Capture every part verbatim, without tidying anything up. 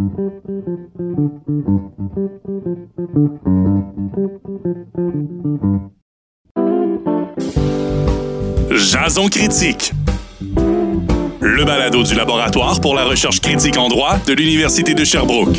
Jason Critique, le balado du laboratoire pour la recherche critique en droit de l'Université de Sherbrooke.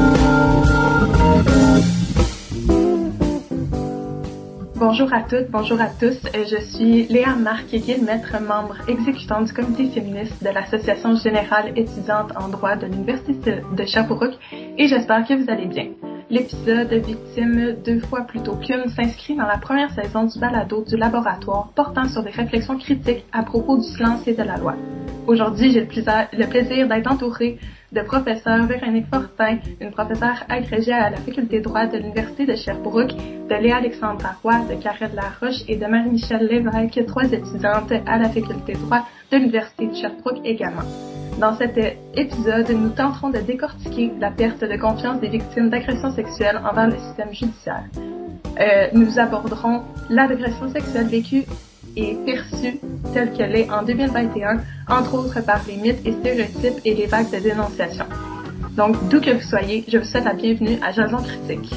Bonjour à toutes, bonjour à tous. Je suis Léa Marc-Guillemette, membre exécutant du comité féministe de l'Association générale étudiante en droit de l'Université de Sherbrooke et j'espère que vous allez bien. L'épisode Victime deux fois plutôt qu'une s'inscrit dans la première saison du balado du laboratoire portant sur des réflexions critiques à propos du silence et de la loi. Aujourd'hui, j'ai le plaisir, le plaisir d'être entourée de professeur Véronique Fortin, une professeure agrégée à la faculté de droit de l'Université de Sherbrooke, de Léa Alexandra Roy, de Karel Laroche et de Marie-Michelle Lévesque, trois étudiantes à la faculté de droit de l'Université de Sherbrooke également. Dans cet épisode, nous tenterons de décortiquer la perte de confiance des victimes d'agressions sexuelles envers le système judiciaire. Euh, nous aborderons l'agression sexuelle vécue et perçue telle qu'elle est en deux mille vingt et un, entre autres par les mythes et stéréotypes et les vagues de dénonciation. Donc, d'où que vous soyez, je vous souhaite la bienvenue à Jason Critique.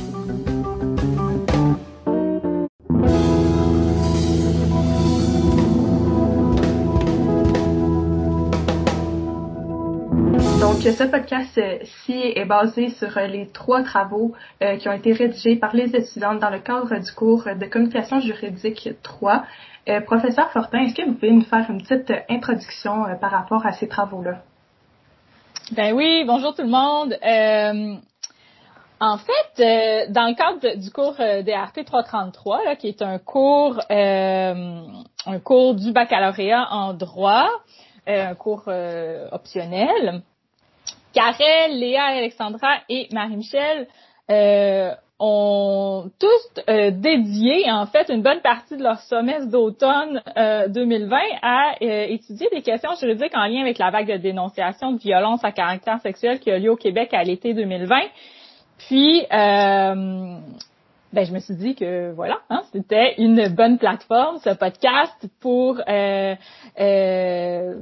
Donc, ce podcast-ci est basé sur les trois travaux euh, qui ont été rédigés par les étudiantes dans le cadre du cours de communication juridique trois. Euh, professeur Fortin, est-ce que vous pouvez nous faire une petite introduction euh, par rapport à ces travaux-là? Ben oui, bonjour tout le monde. Euh, en fait, euh, dans le cadre de, du cours euh, D R T trois cent trente-trois, là, qui est un cours, euh, un cours du baccalauréat en droit, euh, un cours euh, optionnel, Karel, Léa, Alexandra et Marie-Michelle euh, ont tous euh, dédié en fait une bonne partie de leur semestre d'automne euh, deux mille vingt à euh, étudier des questions juridiques en lien avec la vague de dénonciation de violences à caractère sexuel qui a lieu au Québec à l'été deux mille vingt. Puis, euh, ben je me suis dit que voilà, hein, c'était une bonne plateforme, ce podcast, pour euh, euh,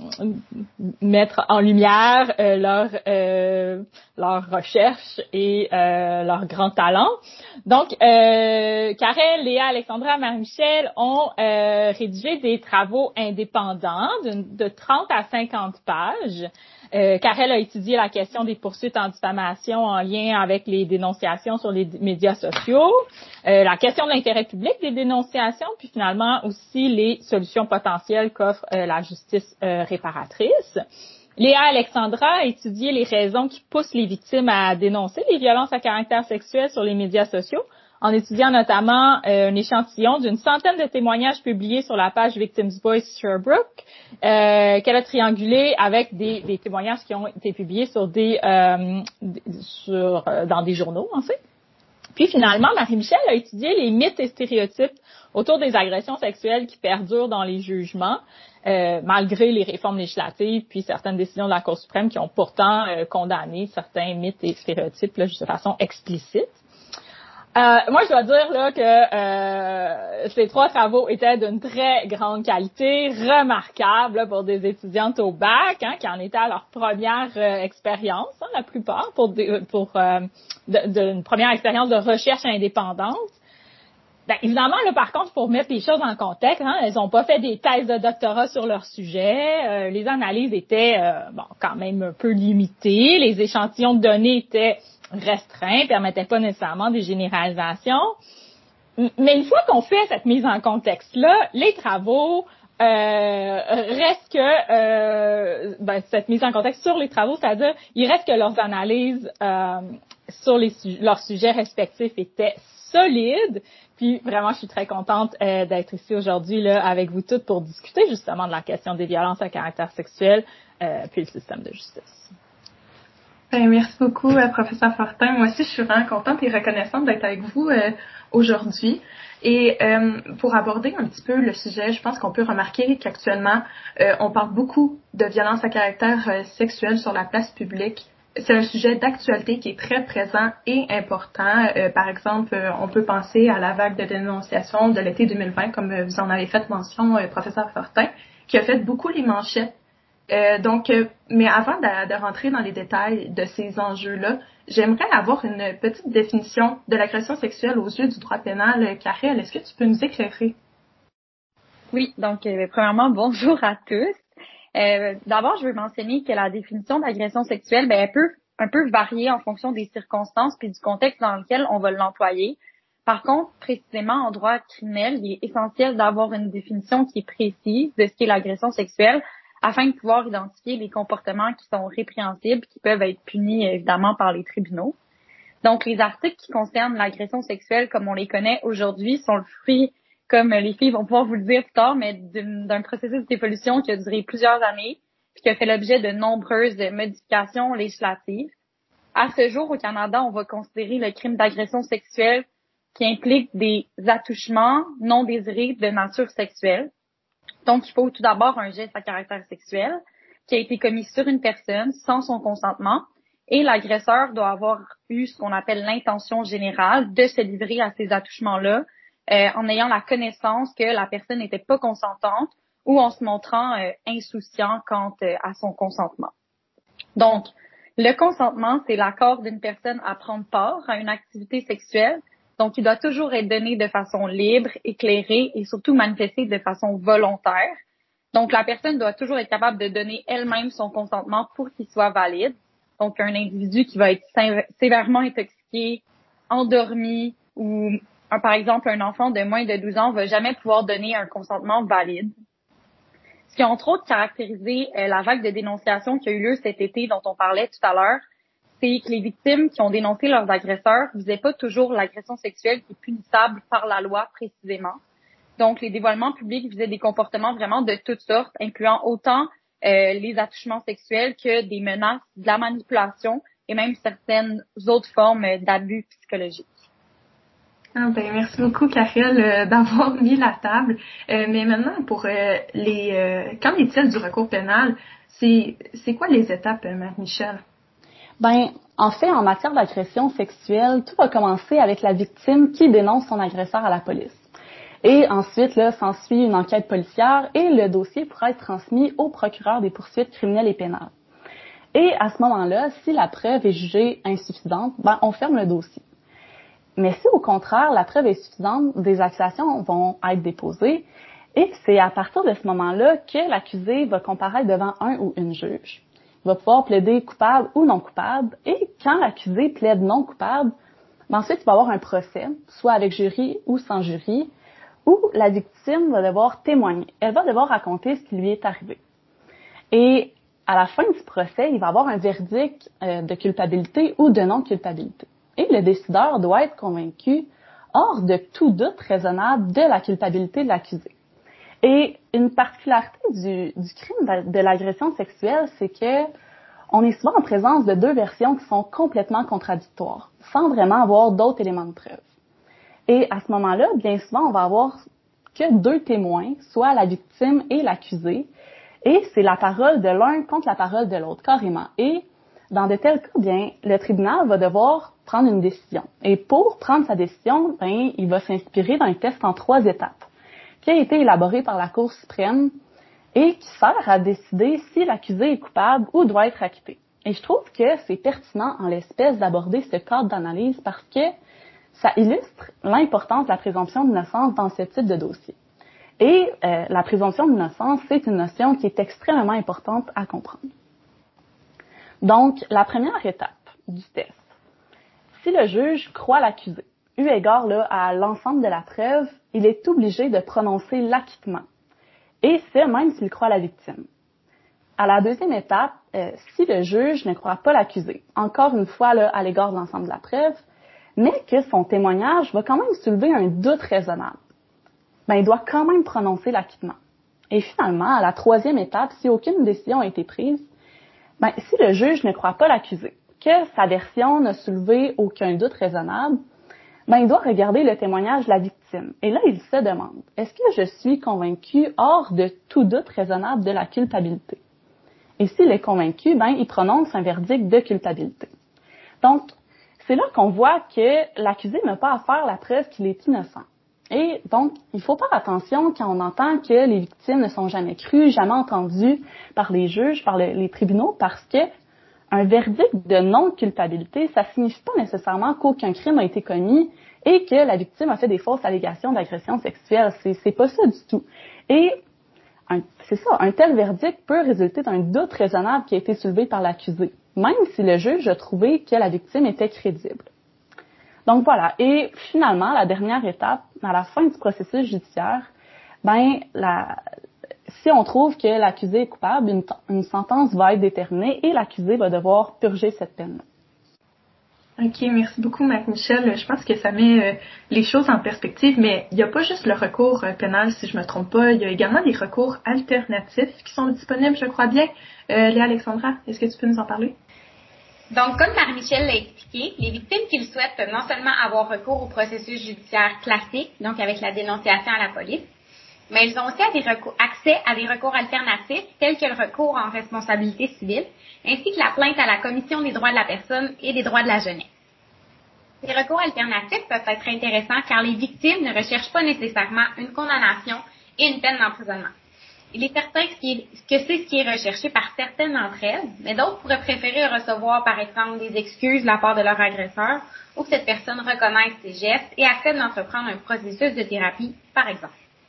mettre en lumière euh, leur euh, leur recherche et euh, leur grand talent. Donc, euh, Karel, Léa, Alexandra, Marie-Michelle ont euh, rédigé des travaux indépendants de, de trente à cinquante pages. Euh, Karel a étudié la question des poursuites en diffamation en lien avec les dénonciations sur les médias sociaux, euh, la question de l'intérêt public des dénonciations, puis finalement aussi les solutions potentielles qu'offre euh, la justice euh, réparatrice. Léa Alexandra a étudié les raisons qui poussent les victimes à dénoncer les violences à caractère sexuel sur les médias sociaux, en étudiant notamment euh, un échantillon d'une centaine de témoignages publiés sur la page Victims Voice Sherbrooke, euh, qu'elle a triangulé avec des, des témoignages qui ont été publiés sur des euh, sur euh, dans des journaux en fait. Puis finalement, Marie-Michelle a étudié les mythes et stéréotypes autour des agressions sexuelles qui perdurent dans les jugements, euh, malgré les réformes législatives puis certaines décisions de la Cour suprême qui ont pourtant euh, condamné certains mythes et stéréotypes là, de façon explicite. Euh, moi, je dois dire là que euh, ces trois travaux étaient d'une très grande qualité, remarquables là, pour des étudiantes au bac, hein, qui en étaient à leur première euh, expérience, hein, la plupart, pour des, pour euh, de, de, une première expérience de recherche indépendante. Ben, évidemment, là, par contre, pour mettre les choses en contexte, hein, elles n'ont pas fait des thèses de doctorat sur leur sujet. Euh, les analyses étaient euh, bon quand même un peu limitées. Les échantillons de données étaient restreints, permettaient pas nécessairement des généralisations. Mais une fois qu'on fait cette mise en contexte-là, les travaux euh, restent que euh, ben, cette mise en contexte sur les travaux, c'est-à-dire il reste que leurs analyses euh, sur les su- leurs sujets respectifs étaient solides. Puis vraiment, je suis très contente euh, d'être ici aujourd'hui là avec vous toutes pour discuter justement de la question des violences à caractère sexuel euh, puis le système de justice. Ben, merci beaucoup, euh, professeur Fortin. Moi aussi, je suis vraiment contente et reconnaissante d'être avec vous euh, aujourd'hui. Et euh, pour aborder un petit peu le sujet, je pense qu'on peut remarquer qu'actuellement, euh, on parle beaucoup de violences à caractère euh, sexuel sur la place publique. C'est un sujet d'actualité qui est très présent et important. Euh, par exemple, euh, on peut penser à la vague de dénonciation de l'été deux mille vingt, comme euh, vous en avez fait mention, euh, professeur Fortin, qui a fait beaucoup les manchettes Euh, donc, euh, mais avant de, de rentrer dans les détails de ces enjeux-là, j'aimerais avoir une petite définition de l'agression sexuelle aux yeux du droit pénal. Karel, est-ce que tu peux nous éclairer? Oui, donc euh, premièrement, bonjour à tous. Euh, d'abord, je veux mentionner que la définition d'agression sexuelle, ben, elle peut un peu varier en fonction des circonstances puis du contexte dans lequel on va l'employer. Par contre, précisément en droit criminel, il est essentiel d'avoir une définition qui est précise de ce qu'est l'agression sexuelle afin de pouvoir identifier les comportements qui sont répréhensibles, qui peuvent être punis évidemment par les tribunaux. Donc, les articles qui concernent l'agression sexuelle comme on les connaît aujourd'hui sont le fruit, comme les filles vont pouvoir vous le dire plus tard, mais d'un processus d'évolution qui a duré plusieurs années et qui a fait l'objet de nombreuses modifications législatives. À ce jour, au Canada, on va considérer le crime d'agression sexuelle qui implique des attouchements non désirés de nature sexuelle. Donc, il faut tout d'abord un geste à caractère sexuel qui a été commis sur une personne sans son consentement et l'agresseur doit avoir eu ce qu'on appelle l'intention générale de se livrer à ces attouchements-là euh, en ayant la connaissance que la personne n'était pas consentante ou en se montrant euh, insouciant quant euh, à son consentement. Donc, le consentement, c'est l'accord d'une personne à prendre part à une activité sexuelle. Donc, il doit toujours être donné de façon libre, éclairée et surtout manifesté de façon volontaire. Donc, la personne doit toujours être capable de donner elle-même son consentement pour qu'il soit valide. Donc, un individu qui va être sévèrement intoxiqué, endormi ou, par exemple, un enfant de moins de douze ans va jamais pouvoir donner un consentement valide. Ce qui a entre autres caractérisé euh, la vague de dénonciation qui a eu lieu cet été dont on parlait tout à l'heure, c'est que les victimes qui ont dénoncé leurs agresseurs ne visaient pas toujours l'agression sexuelle qui est punissable par la loi précisément. Donc, les dévoilements publics visaient des comportements vraiment de toutes sortes, incluant autant euh, les attouchements sexuels que des menaces, de la manipulation et même certaines autres formes d'abus psychologiques. Ah ben, merci beaucoup, Karel, euh, d'avoir mis la table. Euh, mais maintenant, pour euh, les... Euh, qu'en est-il du recours pénal? C'est, c'est quoi les étapes, euh, Marie-Michel? Ben, en fait, en matière d'agression sexuelle, tout va commencer avec la victime qui dénonce son agresseur à la police. Et ensuite, là, s'ensuit une enquête policière et le dossier pourra être transmis au procureur des poursuites criminelles et pénales. Et à ce moment-là, si la preuve est jugée insuffisante, ben, on ferme le dossier. Mais si au contraire, la preuve est suffisante, des accusations vont être déposées et c'est à partir de ce moment-là que l'accusé va comparaître devant un ou une juge. Il va pouvoir plaider coupable ou non coupable et quand l'accusé plaide non coupable, ben ensuite il va y avoir un procès, soit avec jury ou sans jury, où la victime va devoir témoigner. Elle va devoir raconter ce qui lui est arrivé. Et à la fin du procès, il va y avoir un verdict euh, de culpabilité ou de non-culpabilité. Et le décideur doit être convaincu, hors de tout doute raisonnable, de la culpabilité de l'accusé. Et une particularité du, du crime de l'agression sexuelle, c'est que on est souvent en présence de deux versions qui sont complètement contradictoires, sans vraiment avoir d'autres éléments de preuve. Et à ce moment-là, bien souvent, on va avoir que deux témoins, soit la victime et l'accusé, et c'est la parole de l'un contre la parole de l'autre, carrément. Et dans de tels cas, bien, le tribunal va devoir prendre une décision. Et pour prendre sa décision, bien, il va s'inspirer d'un test en trois étapes, qui a été élaboré par la Cour suprême et qui sert à décider si l'accusé est coupable ou doit être acquitté. Et je trouve que c'est pertinent en l'espèce d'aborder ce cadre d'analyse parce que ça illustre l'importance de la présomption d'innocence dans ce type de dossier. Et euh, la présomption d'innocence, c'est une notion qui est extrêmement importante à comprendre. Donc, la première étape du test, si le juge croit l'accusé, eu égard là, à l'ensemble de la preuve, il est obligé de prononcer l'acquittement, et ce, même s'il croit la victime. À la deuxième étape, euh, si le juge ne croit pas l'accusé, encore une fois là, à l'égard de l'ensemble de la preuve, mais que son témoignage va quand même soulever un doute raisonnable, ben, il doit quand même prononcer l'acquittement. Et finalement, à la troisième étape, si aucune décision a été prise, ben, si le juge ne croit pas l'accusé, que sa version n'a soulevé aucun doute raisonnable, ben, il doit regarder le témoignage de la victime. Et là, il se demande, est-ce que je suis convaincu hors de tout doute raisonnable de la culpabilité? Et s'il est convaincu, ben, il prononce un verdict de culpabilité. Donc, c'est là qu'on voit que l'accusé n'a pas à faire la preuve qu'il est innocent. Et donc, il faut faire attention quand on entend que les victimes ne sont jamais crues, jamais entendues par les juges, par le, les tribunaux, parce que un verdict de non-culpabilité, ça signifie pas nécessairement qu'aucun crime a été commis et que la victime a fait des fausses allégations d'agression sexuelle. C'est, c'est pas ça du tout. Et un, c'est ça, un tel verdict peut résulter d'un doute raisonnable qui a été soulevé par l'accusé, même si le juge a trouvé que la victime était crédible. Donc voilà. Et finalement, la dernière étape, à la fin du processus judiciaire, ben, la, si on trouve que l'accusé est coupable, une, une sentence va être déterminée et l'accusé va devoir purger cette peine-là. OK, merci beaucoup, Marie-Michel. Je pense que ça met euh, les choses en perspective, mais il n'y a pas juste le recours euh, pénal, si je me trompe pas. Il y a également des recours alternatifs qui sont disponibles, je crois bien. Euh, Léa Alexandra, est-ce que tu peux nous en parler? Donc, comme Marie-Michel l'a expliqué, les victimes qui le souhaitent peuvent non seulement avoir recours au processus judiciaire classique, donc avec la dénonciation à la police, mais ils ont aussi à des recours, accès à des recours alternatifs, tels que le recours en responsabilité civile, ainsi que la plainte à la Commission des droits de la personne et des droits de la jeunesse. Ces recours alternatifs peuvent être intéressants car les victimes ne recherchent pas nécessairement une condamnation et une peine d'emprisonnement. Il est certain que c'est ce qui est recherché par certaines d'entre elles, mais d'autres pourraient préférer recevoir, par exemple, des excuses de la part de leur agresseur ou que cette personne reconnaisse ses gestes et accepte d'entreprendre un processus de thérapie, par exemple.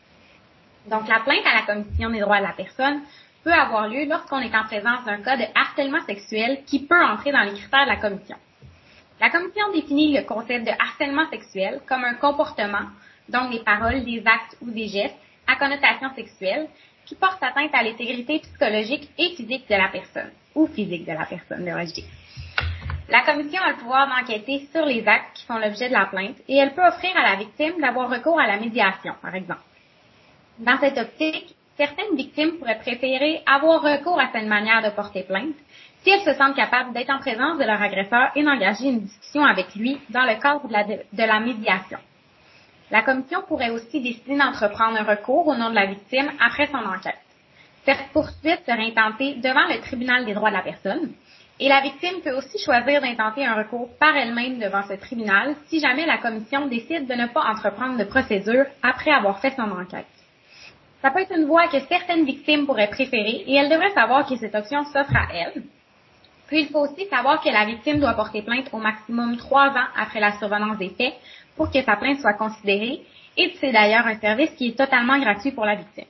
Donc, la plainte à la Commission des droits de la personne peut avoir lieu lorsqu'on est en présence d'un cas de harcèlement sexuel qui peut entrer dans les critères de la Commission. La Commission définit le concept de harcèlement sexuel comme un comportement, donc des paroles, des actes ou des gestes, à connotation sexuelle, qui portent atteinte à l'intégrité psychologique et physique de la personne, ou physique de la personne, devrais-je dire. La Commission a le pouvoir d'enquêter sur les actes qui font l'objet de la plainte et elle peut offrir à la victime d'avoir recours à la médiation, par exemple. Dans cette optique, certaines victimes pourraient préférer avoir recours à cette manière de porter plainte si elles se sentent capables d'être en présence de leur agresseur et d'engager une discussion avec lui dans le cadre de la, de, de la médiation. La commission pourrait aussi décider d'entreprendre un recours au nom de la victime après son enquête. Cette poursuite serait intentée devant le tribunal des droits de la personne et la victime peut aussi choisir d'intenter un recours par elle-même devant ce tribunal si jamais la commission décide de ne pas entreprendre de procédure après avoir fait son enquête. Ça peut être une voie que certaines victimes pourraient préférer et elles devraient savoir que cette option s'offre à elles. Puis il faut aussi savoir que la victime doit porter plainte au maximum trois ans après la survenance des faits pour que sa plainte soit considérée et c'est d'ailleurs un service qui est totalement gratuit pour la victime.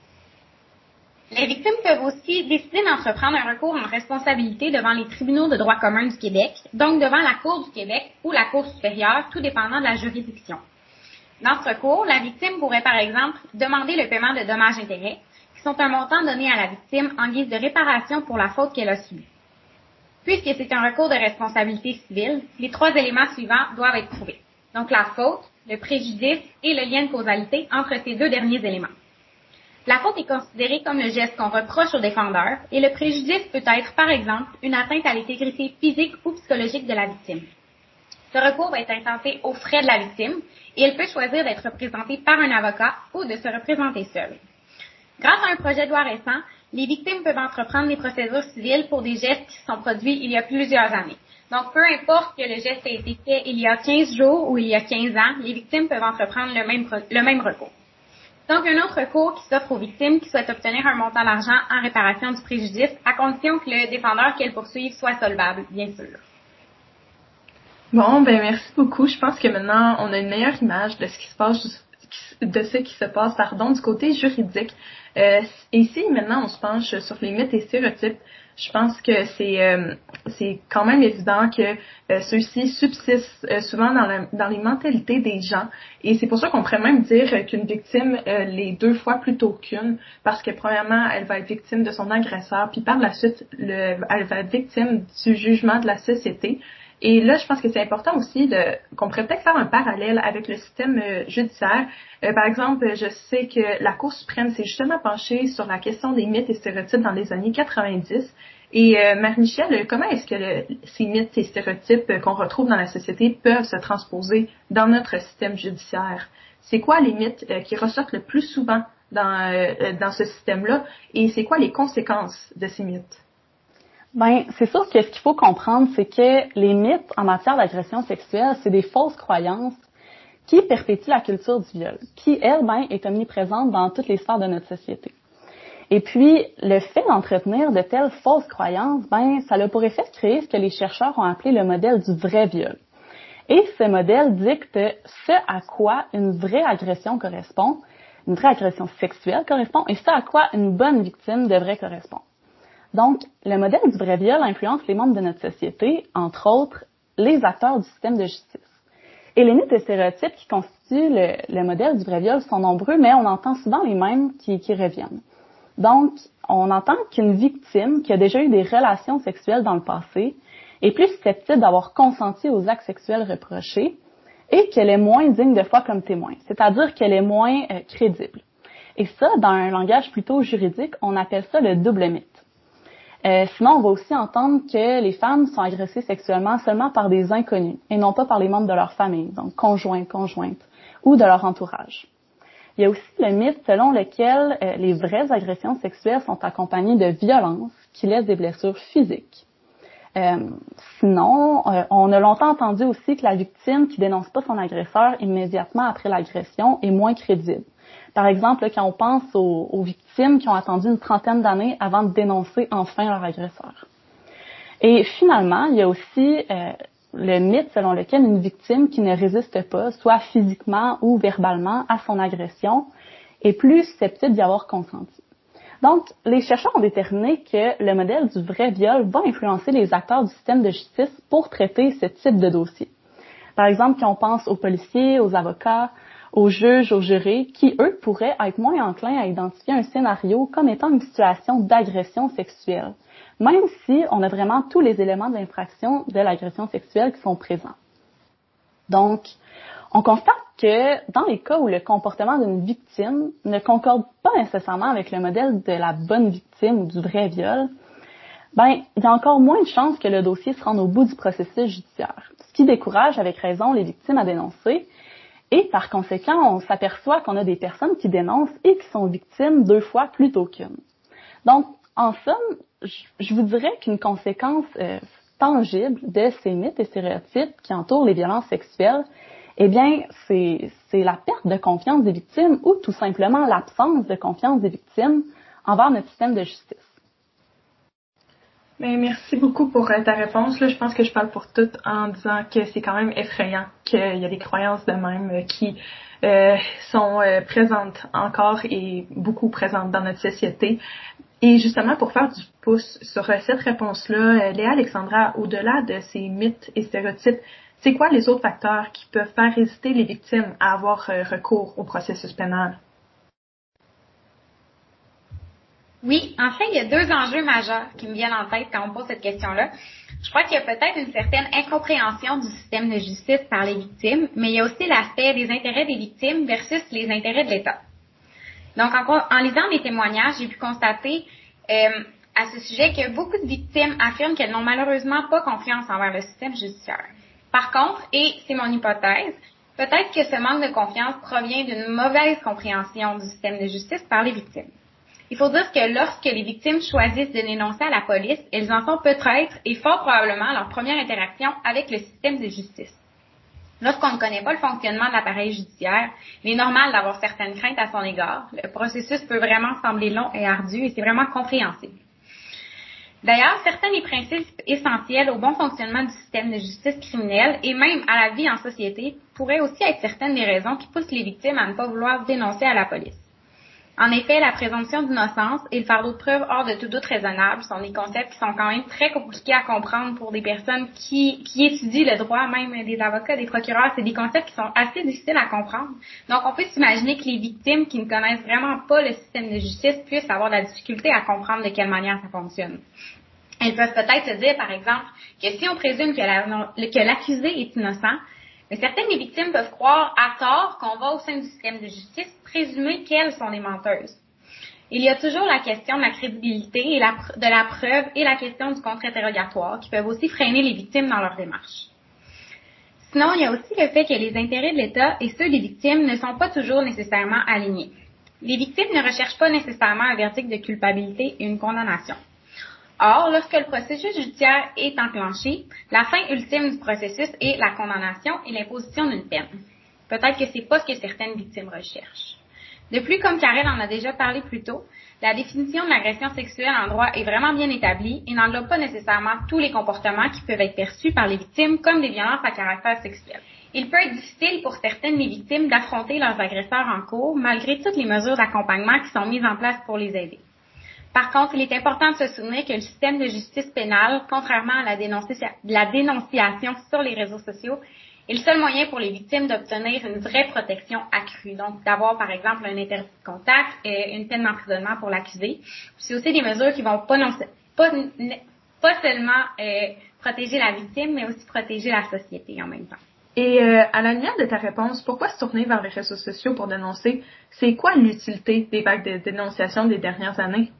Les victimes peuvent aussi décider d'entreprendre un recours en responsabilité devant les tribunaux de droit commun du Québec, donc devant la Cour du Québec ou la Cour supérieure, tout dépendant de la juridiction. Dans ce recours, la victime pourrait par exemple demander le paiement de dommages-intérêts, qui sont un montant donné à la victime en guise de réparation pour la faute qu'elle a subie. Puisque c'est un recours de responsabilité civile, les trois éléments suivants doivent être prouvés. Donc la faute, le préjudice et le lien de causalité entre ces deux derniers éléments. La faute est considérée comme le geste qu'on reproche au défendeur et le préjudice peut être, par exemple, une atteinte à l'intégrité physique ou psychologique de la victime. Ce recours va être intenté aux frais de la victime et elle peut choisir d'être représentée par un avocat ou de se représenter seule. Grâce à un projet de loi récent, les victimes peuvent entreprendre des procédures civiles pour des gestes qui se sont produits il y a plusieurs années. Donc, peu importe que le geste ait été fait il y a quinze jours ou il y a quinze ans, les victimes peuvent entreprendre le même, le même recours. Donc, un autre recours qui s'offre aux victimes qui souhaitent obtenir un montant d'argent en réparation du préjudice, à condition que le défendeur qu'elles poursuivent soit solvable, bien sûr. Bon, ben merci beaucoup. Je pense que maintenant, on a une meilleure image de ce qui se passe, de ce qui se passe, pardon, du côté juridique. Euh, ici, maintenant, on se penche sur les mythes et stéréotypes. Je pense que c'est euh, c'est quand même évident que euh, ceux-ci subsistent euh, souvent dans, la, dans les mentalités des gens. Et c'est pour ça qu'on pourrait même dire qu'une victime euh, l'est deux fois plutôt qu'une, parce que premièrement, elle va être victime de son agresseur, puis par la suite, le, elle va être victime du jugement de la société. Et là, je pense que c'est important aussi de qu'on pourrait peut-être faire un parallèle avec le système euh, judiciaire. Euh, par exemple, je sais que la Cour suprême s'est justement penchée sur la question des mythes et stéréotypes dans les années quatre-vingt-dix. Et euh, Marie-Michel, comment est-ce que le, ces mythes et stéréotypes euh, qu'on retrouve dans la société peuvent se transposer dans notre système judiciaire? C'est quoi les mythes euh, qui ressortent le plus souvent dans, euh, dans ce système-là? Et c'est quoi les conséquences de ces mythes? Ben, c'est sûr que ce qu'il faut comprendre, c'est que les mythes en matière d'agression sexuelle, c'est des fausses croyances qui perpétue la culture du viol, qui, elle, ben, est omniprésente dans toutes les sphères de notre société. Et puis, le fait d'entretenir de telles fausses croyances, ben, ça a pour effet de créer ce que les chercheurs ont appelé le modèle du vrai viol. Et ce modèle dicte ce à quoi une vraie agression correspond, une vraie agression sexuelle correspond, et ce à quoi une bonne victime devrait correspondre. Donc, le modèle du vrai viol influence les membres de notre société, entre autres, les acteurs du système de justice. Et les mythes et stéréotypes qui constituent le, le modèle du vrai viol sont nombreux, mais on entend souvent les mêmes qui, qui reviennent. Donc, on entend qu'une victime qui a déjà eu des relations sexuelles dans le passé est plus susceptible d'avoir consenti aux actes sexuels reprochés et qu'elle est moins digne de foi comme témoin, c'est-à-dire qu'elle est moins euh, crédible. Et ça, dans un langage plutôt juridique, on appelle ça le double mythe. Euh, sinon, on va aussi entendre que les femmes sont agressées sexuellement seulement par des inconnus et non pas par les membres de leur famille, donc conjoints, conjointes, ou de leur entourage. Il y a aussi le mythe selon lequel euh, les vraies agressions sexuelles sont accompagnées de violences qui laissent des blessures physiques. Euh, sinon, euh, on a longtemps entendu aussi que la victime qui dénonce pas son agresseur immédiatement après l'agression est moins crédible. Par exemple, là, quand on pense aux, aux victimes qui ont attendu une trentaine d'années avant de dénoncer enfin leur agresseur. Et finalement, il y a aussi euh, le mythe selon lequel une victime qui ne résiste pas, soit physiquement ou verbalement, à son agression, est plus susceptible d'y avoir consenti. Donc, les chercheurs ont déterminé que le modèle du vrai viol va influencer les acteurs du système de justice pour traiter ce type de dossier. Par exemple, quand on pense aux policiers, aux avocats, aux juges, aux jurés, qui, eux, pourraient être moins enclins à identifier un scénario comme étant une situation d'agression sexuelle, même si on a vraiment tous les éléments de l'infraction de l'agression sexuelle qui sont présents. Donc, on constate que dans les cas où le comportement d'une victime ne concorde pas nécessairement avec le modèle de la bonne victime ou du vrai viol, ben, il y a encore moins de chances que le dossier se rende au bout du processus judiciaire, ce qui décourage avec raison les victimes à dénoncer. Et par conséquent, on s'aperçoit qu'on a des personnes qui dénoncent et qui sont victimes deux fois plutôt qu'une. Donc, en somme, je vous dirais qu'une conséquence euh, tangible de ces mythes et stéréotypes qui entourent les violences sexuelles, eh bien, c'est, c'est la perte de confiance des victimes ou tout simplement l'absence de confiance des victimes envers notre système de justice. Mais merci beaucoup pour ta réponse. Là, je pense que je parle pour toutes en disant que c'est quand même effrayant qu'il y a des croyances de même qui euh, sont euh, présentes encore et beaucoup présentes dans notre société. Et justement, pour faire du pouce sur cette réponse-là, Léa Alexandra, au-delà de ces mythes et stéréotypes, c'est quoi les autres facteurs qui peuvent faire hésiter les victimes à avoir recours au processus pénal? Oui, en fait, il y a deux enjeux majeurs qui me viennent en tête quand on pose cette question-là. Je crois qu'il y a peut-être une certaine incompréhension du système de justice par les victimes, mais il y a aussi l'aspect des intérêts des victimes versus les intérêts de l'État. Donc, en, en lisant des témoignages, j'ai pu constater euh, à ce sujet que beaucoup de victimes affirment qu'elles n'ont malheureusement pas confiance envers le système judiciaire. Par contre, et c'est mon hypothèse, peut-être que ce manque de confiance provient d'une mauvaise compréhension du système de justice par les victimes. Il faut dire que lorsque les victimes choisissent de dénoncer à la police, elles en sont peut-être et fort probablement leur première interaction avec le système de justice. Lorsqu'on ne connaît pas le fonctionnement de l'appareil judiciaire, il est normal d'avoir certaines craintes à son égard. Le processus peut vraiment sembler long et ardu et c'est vraiment compréhensible. D'ailleurs, certains des principes essentiels au bon fonctionnement du système de justice criminelle et même à la vie en société pourraient aussi être certaines des raisons qui poussent les victimes à ne pas vouloir dénoncer à la police. En effet, la présomption d'innocence et le fardeau de preuve hors de tout doute raisonnable sont des concepts qui sont quand même très compliqués à comprendre pour des personnes qui, qui étudient le droit, même des avocats, des procureurs. C'est des concepts qui sont assez difficiles à comprendre. Donc, on peut s'imaginer que les victimes qui ne connaissent vraiment pas le système de justice puissent avoir de la difficulté à comprendre de quelle manière ça fonctionne. Elles peuvent peut-être se dire, par exemple, que si on présume que, la, que l'accusé est innocent, mais certaines des victimes peuvent croire à tort qu'on va au sein du système de justice présumer qu'elles sont des menteuses. Il y a toujours la question de la crédibilité et la, de la preuve et la question du contre-interrogatoire qui peuvent aussi freiner les victimes dans leur démarche. Sinon, il y a aussi le fait que les intérêts de l'État et ceux des victimes ne sont pas toujours nécessairement alignés. Les victimes ne recherchent pas nécessairement un verdict de culpabilité et une condamnation. Or, lorsque le processus judiciaire est enclenché, la fin ultime du processus est la condamnation et l'imposition d'une peine. Peut-être que c'est pas ce que certaines victimes recherchent. De plus, comme Karel en a déjà parlé plus tôt, la définition de l'agression sexuelle en droit est vraiment bien établie et n'englobe pas nécessairement tous les comportements qui peuvent être perçus par les victimes comme des violences à caractère sexuel. Il peut être difficile pour certaines des victimes d'affronter leurs agresseurs en cours malgré toutes les mesures d'accompagnement qui sont mises en place pour les aider. Par contre, il est important de se souvenir que le système de justice pénale, contrairement à la, dénoncia- la dénonciation sur les réseaux sociaux, est le seul moyen pour les victimes d'obtenir une vraie protection accrue. Donc, d'avoir, par exemple, un interdit de contact et une peine d'emprisonnement pour l'accusé. C'est aussi des mesures qui vont pas, non, pas, pas seulement euh, protéger la victime, mais aussi protéger la société en même temps. Et euh, à la lumière de ta réponse, pourquoi se tourner vers les réseaux sociaux pour dénoncer? C'est quoi l'utilité des vagues de dénonciation des dernières années?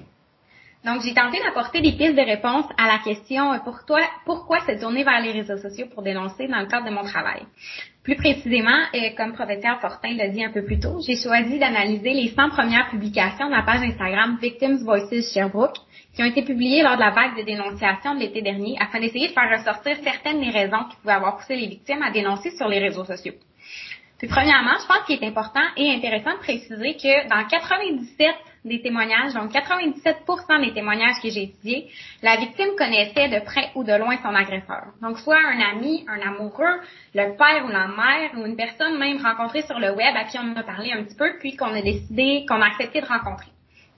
Donc, j'ai tenté d'apporter des pistes de réponse à la question pour toi, pourquoi se tourner vers les réseaux sociaux pour dénoncer dans le cadre de mon travail. Plus précisément, euh, comme professeur Fortin l'a dit un peu plus tôt, j'ai choisi d'analyser les cent premières publications de la page Instagram Victims Voices Sherbrooke qui ont été publiées lors de la vague de dénonciation de l'été dernier afin d'essayer de faire ressortir certaines des raisons qui pouvaient avoir poussé les victimes à dénoncer sur les réseaux sociaux. Puis premièrement, je pense qu'il est important et intéressant de préciser que dans quatre-vingt-dix-sept des témoignages, donc quatre-vingt-dix-sept pour cent des témoignages que j'ai étudiés, la victime connaissait de près ou de loin son agresseur. Donc soit un ami, un amoureux, le père ou la mère, ou une personne même rencontrée sur le web à qui on a parlé un petit peu, puis qu'on a décidé, qu'on a accepté de rencontrer.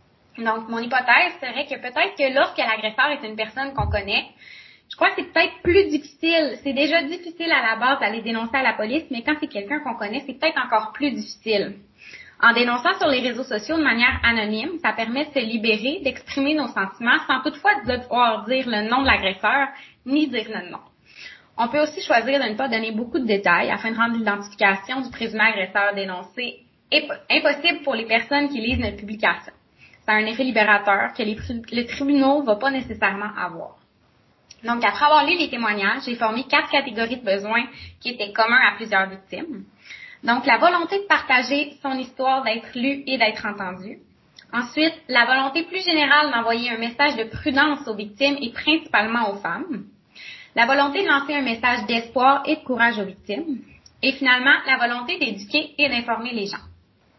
Donc mon hypothèse serait que peut-être que lorsque l'agresseur est une personne qu'on connaît, je crois que c'est peut-être plus difficile. C'est déjà difficile à la base d'aller dénoncer à la police, mais quand c'est quelqu'un qu'on connaît, c'est peut-être encore plus difficile. En dénonçant sur les réseaux sociaux de manière anonyme, ça permet de se libérer, d'exprimer nos sentiments sans toutefois devoir dire le nom de l'agresseur ni dire le nom. On peut aussi choisir de ne pas donner beaucoup de détails afin de rendre l'identification du présumé agresseur dénoncé impossible pour les personnes qui lisent notre publication. C'est un effet libérateur que les, les tribunaux ne vont pas nécessairement avoir. Donc, après avoir lu les témoignages, j'ai formé quatre catégories de besoins qui étaient communs à plusieurs victimes. Donc, la volonté de partager son histoire, d'être lue et d'être entendue. Ensuite, la volonté plus générale d'envoyer un message de prudence aux victimes et principalement aux femmes. La volonté de lancer un message d'espoir et de courage aux victimes. Et finalement, la volonté d'éduquer et d'informer les gens.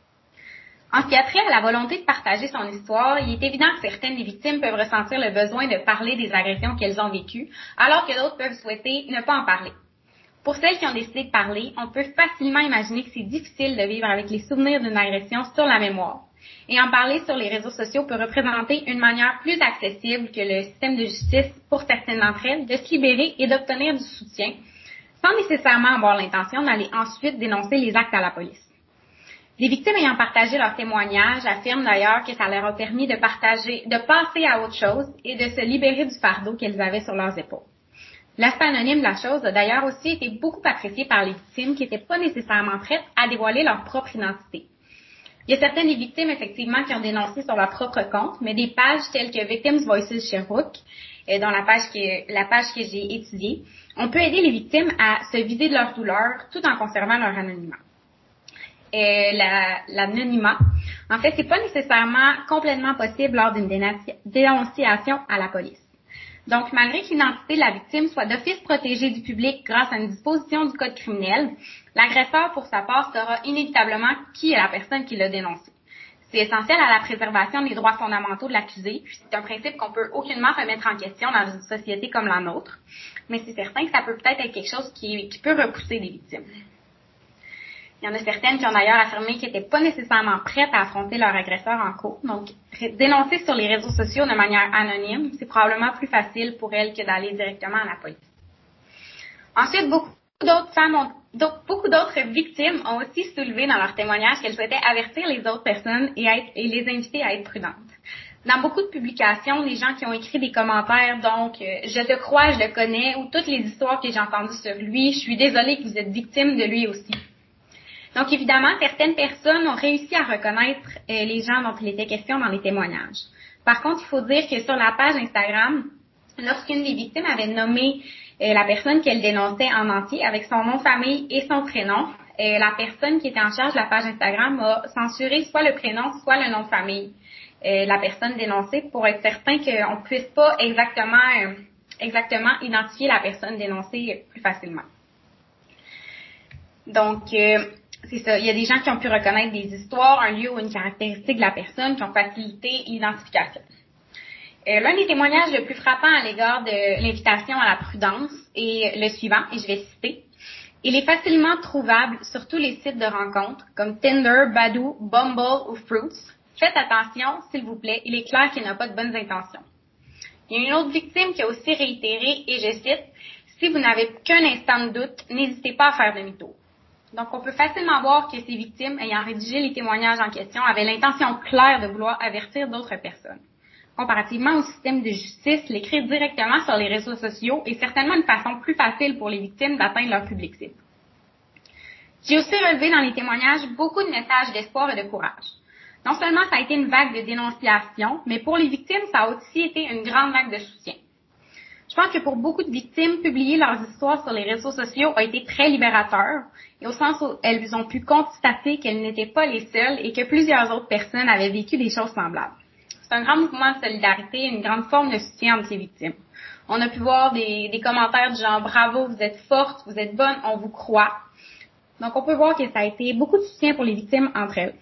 En ce qui a trait à la volonté de partager son histoire, il est évident que certaines des victimes peuvent ressentir le besoin de parler des agressions qu'elles ont vécues, alors que d'autres peuvent souhaiter ne pas en parler. Pour celles qui ont décidé de parler, on peut facilement imaginer que c'est difficile de vivre avec les souvenirs d'une agression sur la mémoire. Et en parler sur les réseaux sociaux peut représenter une manière plus accessible que le système de justice pour certaines d'entre elles de se libérer et d'obtenir du soutien, sans nécessairement avoir l'intention d'aller ensuite dénoncer les actes à la police. Les victimes ayant partagé leurs témoignages affirment d'ailleurs que ça leur a permis de partager, de passer à autre chose et de se libérer du fardeau qu'elles avaient sur leurs épaules. L'aspect anonyme de la chose a d'ailleurs aussi été beaucoup apprécié par les victimes qui n'étaient pas nécessairement prêtes à dévoiler leur propre identité. Il y a certaines des victimes, effectivement, qui ont dénoncé sur leur propre compte, mais des pages telles que Victims Voices Sherbrooke, dans la page que, la page que j'ai étudiée, on peut aider les victimes à se vider de leur douleur tout en conservant leur anonymat. Euh, la, l'anonymat. En fait, c'est pas nécessairement complètement possible lors d'une dénonciation à la police. Donc, malgré que l'identité de la victime soit d'office protégée du public grâce à une disposition du code criminel, l'agresseur, pour sa part, saura inévitablement qui est la personne qui l'a dénoncé. C'est essentiel à la préservation des droits fondamentaux de l'accusé, puis c'est un principe qu'on peut aucunement remettre en question dans une société comme la nôtre, mais c'est certain que ça peut peut-être être quelque chose qui, qui peut repousser des victimes. Il y en a certaines qui ont d'ailleurs affirmé qu'elles n'étaient pas nécessairement prêtes à affronter leur agresseur en cours. Donc, dénoncer sur les réseaux sociaux de manière anonyme, c'est probablement plus facile pour elles que d'aller directement à la police. Ensuite, beaucoup d'autres femmes ont, d'autres, beaucoup d'autres victimes ont aussi soulevé dans leurs témoignages qu'elles souhaitaient avertir les autres personnes et, être, et les inviter à être prudentes. Dans beaucoup de publications, les gens qui ont écrit des commentaires, donc euh, « je te crois, je le connais » ou « toutes les histoires que j'ai entendues sur lui, je suis désolée que vous êtes victime de lui aussi ». Donc, évidemment, certaines personnes ont réussi à reconnaître euh, les gens dont il était question dans les témoignages. Par contre, il faut dire que sur la page Instagram, lorsqu'une des victimes avait nommé euh, la personne qu'elle dénonçait en entier avec son nom de famille et son prénom, euh, la personne qui était en charge de la page Instagram a censuré soit le prénom, soit le nom de famille euh, de la personne dénoncée pour être certain qu'on ne puisse pas exactement, euh, exactement identifier la personne dénoncée plus facilement. Donc, euh, c'est ça. Il y a des gens qui ont pu reconnaître des histoires, un lieu ou une caractéristique de la personne qui ont facilité l'identification. Euh, l'un des témoignages le plus frappants à l'égard de l'invitation à la prudence est le suivant, et je vais citer. Il est facilement trouvable sur tous les sites de rencontres, comme Tinder, Badoo, Bumble ou Fruits. Faites attention, s'il vous plaît, il est clair qu'il n'a pas de bonnes intentions. Il y a une autre victime qui a aussi réitéré, et je cite, « Si vous n'avez qu'un instant de doute, n'hésitez pas à faire demi-tour. » Donc, on peut facilement voir que ces victimes, ayant rédigé les témoignages en question, avaient l'intention claire de vouloir avertir d'autres personnes. Comparativement au système de justice, l'écrire directement sur les réseaux sociaux est certainement une façon plus facile pour les victimes d'atteindre leur public cible. J'ai aussi relevé dans les témoignages beaucoup de messages d'espoir et de courage. Non seulement ça a été une vague de dénonciation, mais pour les victimes, ça a aussi été une grande vague de soutien. Je pense que pour beaucoup de victimes, publier leurs histoires sur les réseaux sociaux a été très libérateur, et au sens où elles ont pu constater qu'elles n'étaient pas les seules et que plusieurs autres personnes avaient vécu des choses semblables. C'est un grand mouvement de solidarité, une grande forme de soutien entre ces victimes. On a pu voir des, des commentaires du genre « Bravo, vous êtes forte, vous êtes bonne, on vous croit ». Donc, on peut voir que ça a été beaucoup de soutien pour les victimes entre elles.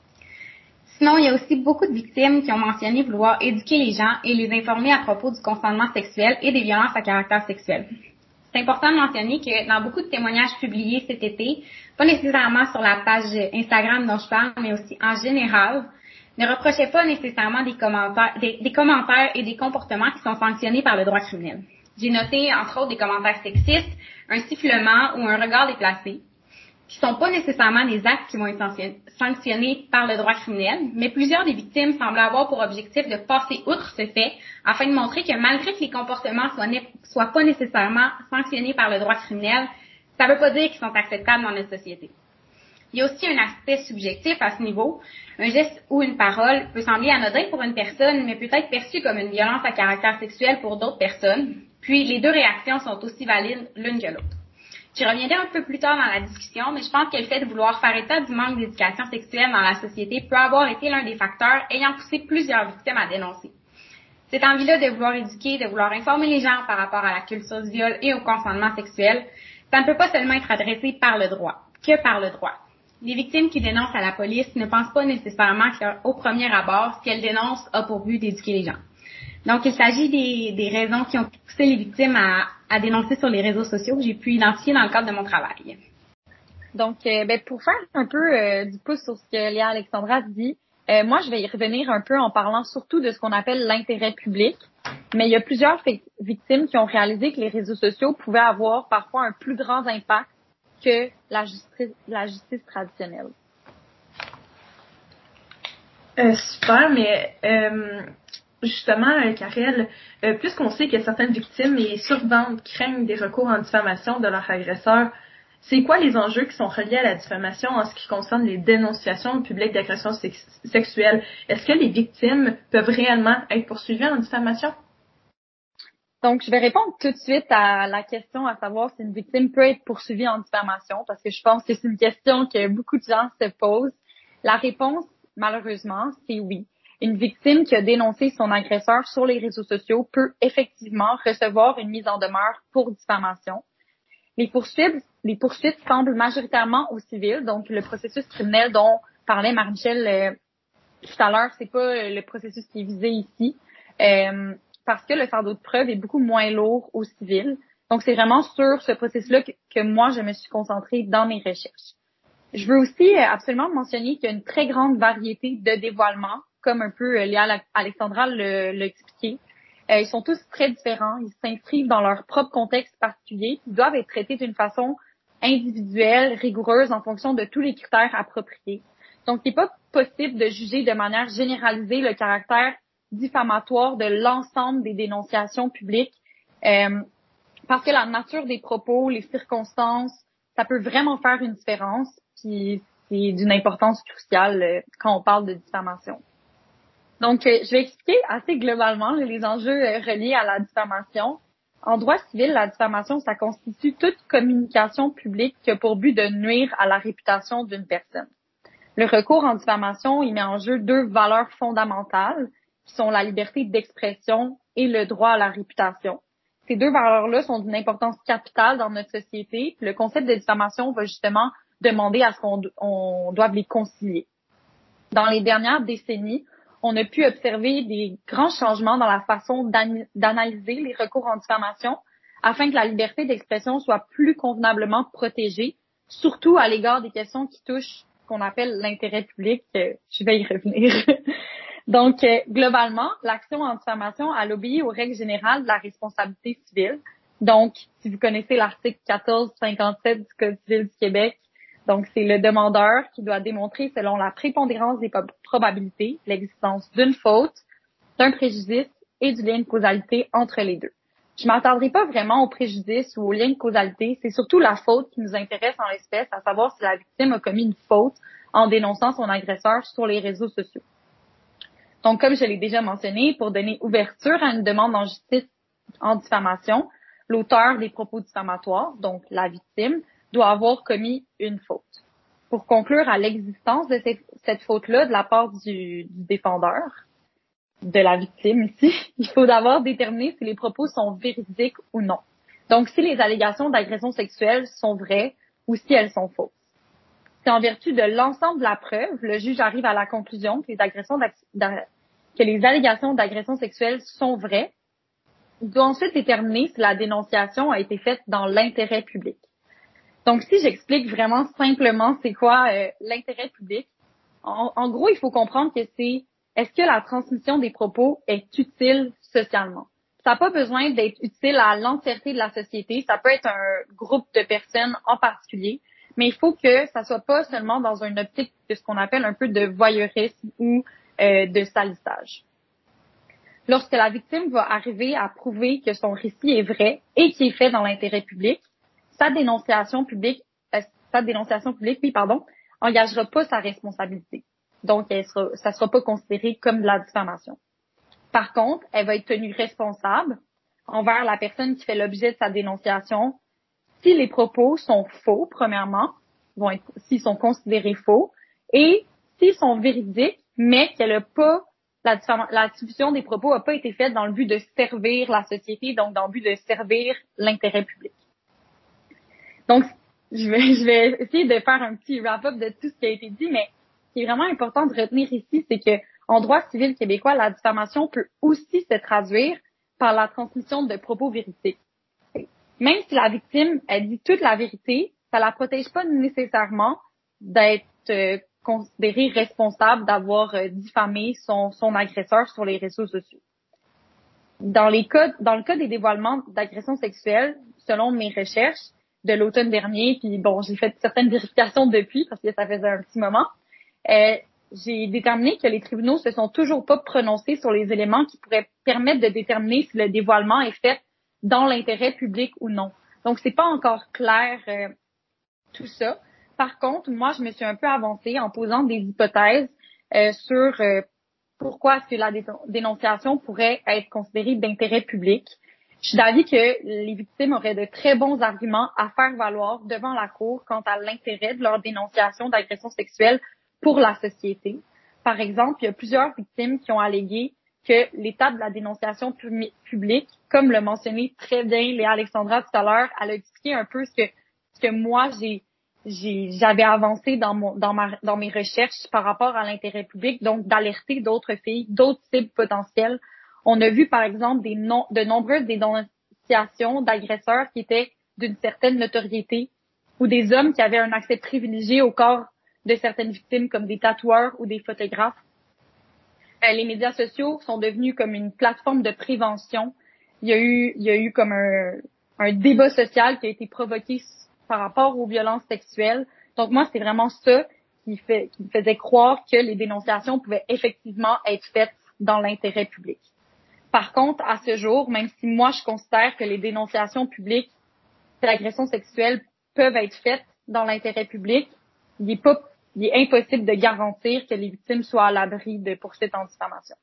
Sinon, il y a aussi beaucoup de victimes qui ont mentionné vouloir éduquer les gens et les informer à propos du consentement sexuel et des violences à caractère sexuel. C'est important de mentionner que dans beaucoup de témoignages publiés cet été, pas nécessairement sur la page Instagram dont je parle, mais aussi en général, ne reprochaient pas nécessairement des commentaires, des, des commentaires et des comportements qui sont sanctionnés par le droit criminel. J'ai noté, entre autres, des commentaires sexistes, un sifflement ou un regard déplacé, qui sont pas nécessairement des actes qui vont être sanctionnés par le droit criminel, mais plusieurs des victimes semblent avoir pour objectif de passer outre ce fait afin de montrer que malgré que les comportements soient, ne, soient pas nécessairement sanctionnés par le droit criminel, ça veut pas dire qu'ils sont acceptables dans notre société. Il y a aussi un aspect subjectif à ce niveau. Un geste ou une parole peut sembler anodin pour une personne, mais peut être perçu comme une violence à caractère sexuel pour d'autres personnes. Puis, les deux réactions sont aussi valides l'une que l'autre. J'y reviendrai un peu plus tard dans la discussion, mais je pense que le fait de vouloir faire état du manque d'éducation sexuelle dans la société peut avoir été l'un des facteurs ayant poussé plusieurs victimes à dénoncer. Cette envie-là de vouloir éduquer, de vouloir informer les gens par rapport à la culture du viol et au consentement sexuel, ça ne peut pas seulement être adressé par le droit, que par le droit. Les victimes qui dénoncent à la police ne pensent pas nécessairement qu'au premier abord, ce qu'elles dénoncent a pour but d'éduquer les gens. Donc, il s'agit des, des raisons qui ont poussé les victimes à, à dénoncer sur les réseaux sociaux que j'ai pu identifier dans le cadre de mon travail. Donc, euh, ben, pour faire un peu euh, du pouce sur ce que Léa Alexandra dit, euh, moi, je vais y revenir un peu en parlant surtout de ce qu'on appelle l'intérêt public. Mais il y a plusieurs victimes qui ont réalisé que les réseaux sociaux pouvaient avoir parfois un plus grand impact que la justice, la justice traditionnelle. Euh, super, mais euh, justement, euh, Karel, euh, puisqu'on sait que certaines victimes et survivantes craignent des recours en diffamation de leur agresseur, c'est quoi les enjeux qui sont reliés à la diffamation en ce qui concerne les dénonciations publiques d'agressions sex- sexuelles? Est-ce que les victimes peuvent réellement être poursuivies en diffamation? Donc, je vais répondre tout de suite à la question à savoir si une victime peut être poursuivie en diffamation, parce que je pense que c'est une question que beaucoup de gens se posent. La réponse, malheureusement, c'est oui. Une victime qui a dénoncé son agresseur sur les réseaux sociaux peut effectivement recevoir une mise en demeure pour diffamation. Les poursuites, les poursuites semblent majoritairement au civil, donc le processus criminel dont parlait Marie-Michel euh, tout à l'heure, c'est pas le processus qui est visé ici. Euh, parce que le fardeau de preuve est beaucoup moins lourd au civil. Donc, c'est vraiment sur ce processus-là que, que moi, je me suis concentrée dans mes recherches. Je veux aussi absolument mentionner qu'il y a une très grande variété de dévoilements, comme un peu Léa Alexandra l'a expliqué. Euh, ils sont tous très différents. Ils s'inscrivent dans leur propre contexte particulier. Ils doivent être traités d'une façon individuelle, rigoureuse, en fonction de tous les critères appropriés. Donc, il n'est pas possible de juger de manière généralisée le caractère diffamatoire de l'ensemble des dénonciations publiques, euh, parce que la nature des propos, les circonstances, ça peut vraiment faire une différence, puis c'est d'une importance cruciale euh, quand on parle de diffamation. Donc, euh, je vais expliquer assez globalement là, les enjeux euh, reliés à la diffamation. En droit civil, la diffamation, ça constitue toute communication publique qui a pour but de nuire à la réputation d'une personne. Le recours en diffamation, il met en jeu deux valeurs fondamentales, qui sont la liberté d'expression et le droit à la réputation. ces deux valeurs-là sont d'une importance capitale dans notre société. Puis le concept de diffamation va justement demander à ce qu'on on doive les concilier. Dans les dernières décennies, on a pu observer des grands changements dans la façon d'analyser les recours en diffamation afin que la liberté d'expression soit plus convenablement protégée, surtout à l'égard des questions qui touchent ce qu'on appelle l'intérêt public. Je vais y revenir. Donc, euh, globalement, l'action en diffamation, elle obéit aux règles générales de la responsabilité civile. Donc, si vous connaissez l'article quatorze cinquante-sept du Code civil du Québec, donc c'est le demandeur qui doit démontrer selon la prépondérance des probabilités l'existence d'une faute, d'un préjudice et du lien de causalité entre les deux. Je m'attarderai pas vraiment au préjudice ou au lien de causalité, c'est surtout la faute qui nous intéresse en l'espèce, à savoir si la victime a commis une faute en dénonçant son agresseur sur les réseaux sociaux. Donc, comme je l'ai déjà mentionné, pour donner ouverture à une demande en justice en diffamation, l'auteur des propos diffamatoires, donc la victime, doit avoir commis une faute. Pour conclure à l'existence de cette, cette faute-là de la part du, du défendeur, de la victime ici, il faut d'abord déterminer si les propos sont véridiques ou non. Donc, si les allégations d'agression sexuelle sont vraies ou si elles sont fausses. Si en vertu de l'ensemble de la preuve, le juge arrive à la conclusion que les agressions que les allégations d'agression sexuelle sont vraies, il doit ensuite déterminer si la dénonciation a été faite dans l'intérêt public. Donc, si j'explique vraiment simplement c'est quoi euh, l'intérêt public, en, en gros, il faut comprendre que c'est est-ce que la transmission des propos est utile socialement? Ça n'a pas besoin d'être utile à l'entièreté de la société, ça peut être un groupe de personnes en particulier, mais il faut que ça soit pas seulement dans une optique de ce qu'on appelle un peu de voyeurisme ou euh, de salissage. Lorsque la victime va arriver à prouver que son récit est vrai et qu'il est fait dans l'intérêt public, sa dénonciation publique, euh, sa dénonciation publique, oui, pardon, engagera pas sa responsabilité. Donc, elle sera, ça sera pas considéré comme de la diffamation. Par contre, elle va être tenue responsable envers la personne qui fait l'objet de sa dénonciation si les propos sont faux, premièrement, vont être, s'ils sont considérés faux, et s'ils sont véridiques, mais qu'elle a pas, la, la diffusion des propos n'a pas été faite dans le but de servir la société, donc dans le but de servir l'intérêt public. Donc, je vais, je vais essayer de faire un petit wrap-up de tout ce qui a été dit, mais ce qui est vraiment important de retenir ici, c'est que en droit civil québécois, la diffamation peut aussi se traduire par la transmission de propos véridiques. Même si la victime, elle dit toute la vérité, ça la protège pas nécessairement d'être euh, considérée responsable d'avoir euh, diffamé son, son agresseur sur les réseaux sociaux. Dans les cas, dans le cas des dévoilements d'agressions sexuelles, selon mes recherches de l'automne dernier, puis bon, j'ai fait certaines vérifications depuis parce que ça faisait un petit moment, euh, j'ai déterminé que les tribunaux se sont toujours pas prononcés sur les éléments qui pourraient permettre de déterminer si le dévoilement est fait dans l'intérêt public ou non. Donc, c'est pas encore clair euh, tout ça. Par contre, moi, je me suis un peu avancée en posant des hypothèses euh, sur euh, pourquoi est-ce que la dé- dénonciation pourrait être considérée d'intérêt public. Je suis d'avis que les victimes auraient de très bons arguments à faire valoir devant la Cour quant à l'intérêt de leur dénonciation d'agression sexuelle pour la société. Par exemple, il y a plusieurs victimes qui ont allégué que l'étape de la dénonciation pu- publique, comme l'a mentionné très bien Léa Alexandra tout à l'heure, elle a expliqué un peu ce que ce que moi j'ai j'ai j'avais avancé dans mon dans ma dans mes recherches par rapport à l'intérêt public, donc d'alerter d'autres filles, d'autres cibles potentielles. On a vu par exemple des non, de nombreuses dénonciations d'agresseurs qui étaient d'une certaine notoriété ou des hommes qui avaient un accès privilégié au corps de certaines victimes comme des tatoueurs ou des photographes. Euh, les médias sociaux sont devenus comme une plateforme de prévention. Il y a eu, il y a eu comme un, un débat social qui a été provoqué par rapport aux violences sexuelles. Donc moi, c'est vraiment ça qui, fait, qui me faisait croire que les dénonciations pouvaient effectivement être faites dans l'intérêt public. Par contre, à ce jour, même si moi, je considère que les dénonciations publiques d'agressions sexuelles peuvent être faites dans l'intérêt public, il est pas il est impossible de garantir que les victimes soient à l'abri de poursuites en diffamation.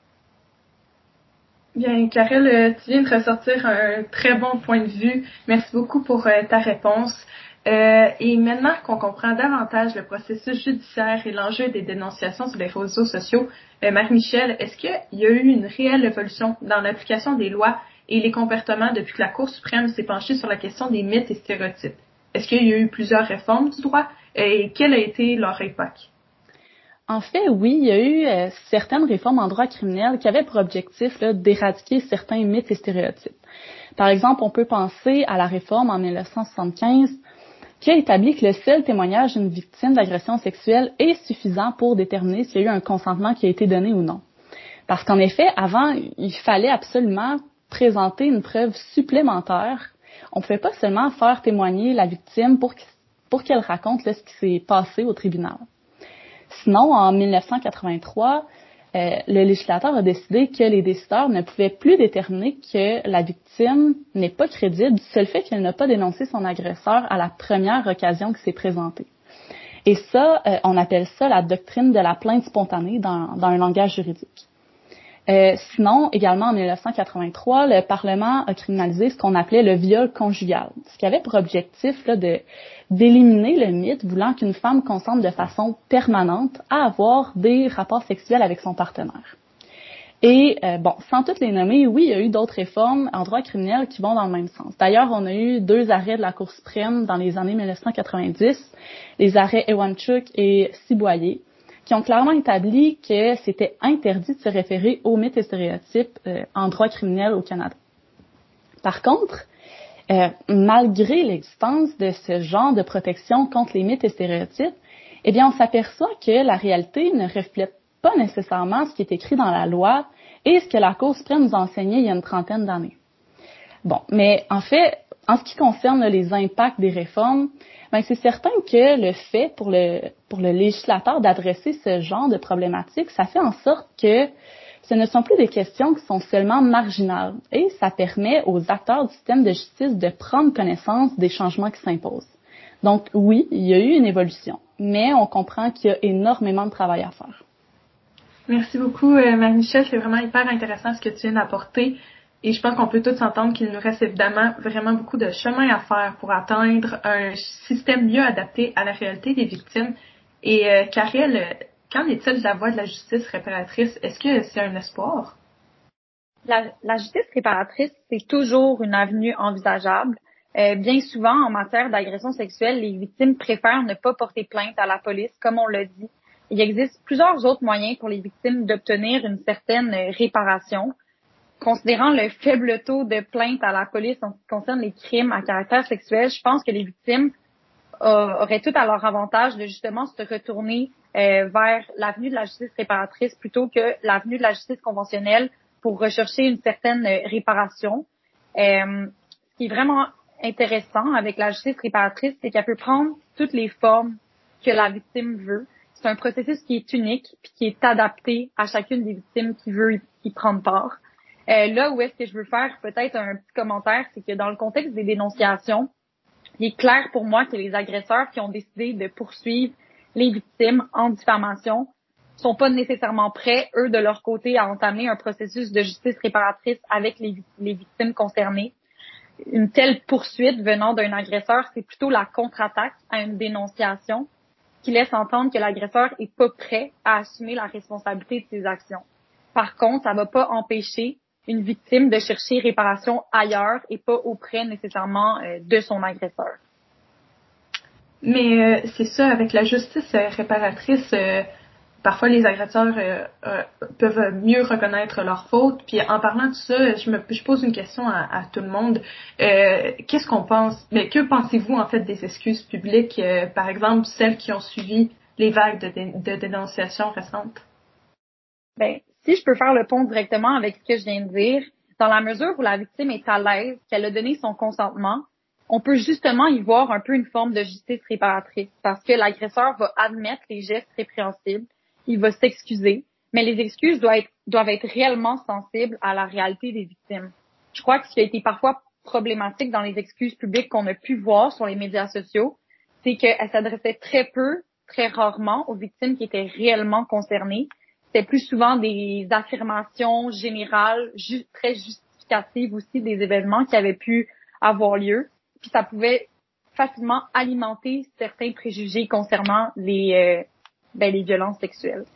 Bien, Karel, tu viens de ressortir un très bon point de vue. Merci beaucoup pour euh, ta réponse. Euh, et maintenant qu'on comprend davantage le processus judiciaire et l'enjeu des dénonciations sur les réseaux sociaux, euh, Marie-Michel, est-ce qu'il y a eu une réelle évolution dans l'application des lois et les comportements depuis que la Cour suprême s'est penchée sur la question des mythes et stéréotypes. Est-ce qu'il y a eu plusieurs réformes du droit et quel a été leur impact? En fait, oui, il y a eu euh, certaines réformes en droit criminel qui avaient pour objectif là, d'éradiquer certains mythes et stéréotypes. Par exemple, on peut penser à la réforme en dix-neuf cent soixante-quinze qui a établi que le seul témoignage d'une victime d'agression sexuelle est suffisant pour déterminer s'il y a eu un consentement qui a été donné ou non. Parce qu'en effet, avant, il fallait absolument présenter une preuve supplémentaire. On ne pouvait pas seulement faire témoigner la victime pour, pour qu'elle raconte là, ce qui s'est passé au tribunal. Sinon, en dix-neuf cent quatre-vingt-trois, euh, le législateur a décidé que les décideurs ne pouvaient plus déterminer que la victime n'est pas crédible du seul fait qu'elle n'a pas dénoncé son agresseur à la première occasion qui s'est présentée. Et ça, euh, on appelle ça la doctrine de la plainte spontanée dans, dans un langage juridique. Euh, sinon, également en dix-neuf cent quatre-vingt-trois, le Parlement a criminalisé ce qu'on appelait le viol conjugal, ce qui avait pour objectif là, de d'éliminer le mythe voulant qu'une femme consente de façon permanente à avoir des rapports sexuels avec son partenaire. Et euh, bon, sans toutes les nommer, oui, il y a eu d'autres réformes en droit criminel qui vont dans le même sens. D'ailleurs, on a eu deux arrêts de la Cour suprême dans les années dix-neuf cent quatre-vingt-dix, les arrêts Ewanchuk et Ciboyer, qui ont clairement établi que c'était interdit de se référer aux mythes et stéréotypes euh, en droit criminel au Canada. Par contre, euh, malgré l'existence de ce genre de protection contre les mythes et stéréotypes, eh bien, on s'aperçoit que la réalité ne reflète pas nécessairement ce qui est écrit dans la loi et ce que la Cour suprême nous a enseigné il y a une trentaine d'années. Bon, mais en fait, en ce qui concerne les impacts des réformes, ben c'est certain que le fait pour le pour le législateur d'adresser ce genre de problématiques, ça fait en sorte que ce ne sont plus des questions qui sont seulement marginales et ça permet aux acteurs du système de justice de prendre connaissance des changements qui s'imposent. Donc oui, il y a eu une évolution, mais on comprend qu'il y a énormément de travail à faire. Merci beaucoup, euh, Marie-Michel. C'est vraiment hyper intéressant ce que tu viens d'apporter. Et je pense qu'on peut tous s'entendre qu'il nous reste évidemment vraiment beaucoup de chemin à faire pour atteindre un système mieux adapté à la réalité des victimes. Et euh, Karel, qu'en est-il de la voie de la justice réparatrice? Est-ce que c'est un espoir? La, la justice réparatrice, c'est toujours une avenue envisageable. Euh, bien souvent, en matière d'agression sexuelle, les victimes préfèrent ne pas porter plainte à la police, comme on l'a dit. Il existe plusieurs autres moyens pour les victimes d'obtenir une certaine réparation. Considérant le faible taux de plaintes à la police en ce qui concerne les crimes à caractère sexuel, je pense que les victimes euh, auraient tout à leur avantage de justement se retourner euh, vers l'avenue de la justice réparatrice plutôt que l'avenue de la justice conventionnelle pour rechercher une certaine réparation. Euh, ce qui est vraiment intéressant avec la justice réparatrice, c'est qu'elle peut prendre toutes les formes que la victime veut. C'est un processus qui est unique puis qui est adapté à chacune des victimes qui veut y prendre part. Euh, là où est-ce que je veux faire peut-être un petit commentaire, c'est que dans le contexte des dénonciations, il est clair pour moi que les agresseurs qui ont décidé de poursuivre les victimes en diffamation sont pas nécessairement prêts, eux, de leur côté, à entamer un processus de justice réparatrice avec les, les victimes concernées. Une telle poursuite venant d'un agresseur, c'est plutôt la contre-attaque à une dénonciation qui laisse entendre que l'agresseur est pas prêt à assumer la responsabilité de ses actions. Par contre, ça va pas empêcher une victime de chercher réparation ailleurs et pas auprès nécessairement euh, de son agresseur. Mais euh, c'est ça, avec la justice euh, réparatrice, euh, parfois les agresseurs euh, euh, peuvent mieux reconnaître leurs fautes. Puis en parlant de ça, je me je pose une question à, à tout le monde. Euh, qu'est-ce qu'on pense? Mais que pensez-vous en fait des excuses publiques, euh, par exemple celles qui ont suivi les vagues de, dé, de dénonciations récentes? Ben, si je peux faire le pont directement avec ce que je viens de dire, dans la mesure où la victime est à l'aise, qu'elle a donné son consentement, on peut justement y voir un peu une forme de justice réparatrice parce que l'agresseur va admettre les gestes répréhensibles, il va s'excuser, mais les excuses doivent être, doivent être réellement sensibles à la réalité des victimes. Je crois que ce qui a été parfois problématique dans les excuses publiques qu'on a pu voir sur les médias sociaux, c'est qu'elles s'adressaient très peu, très rarement aux victimes qui étaient réellement concernées. C'était plus souvent des affirmations générales, ju- très justificatives aussi des événements qui avaient pu avoir lieu. Puis ça pouvait facilement alimenter certains préjugés concernant les, euh, ben, les violences sexuelles.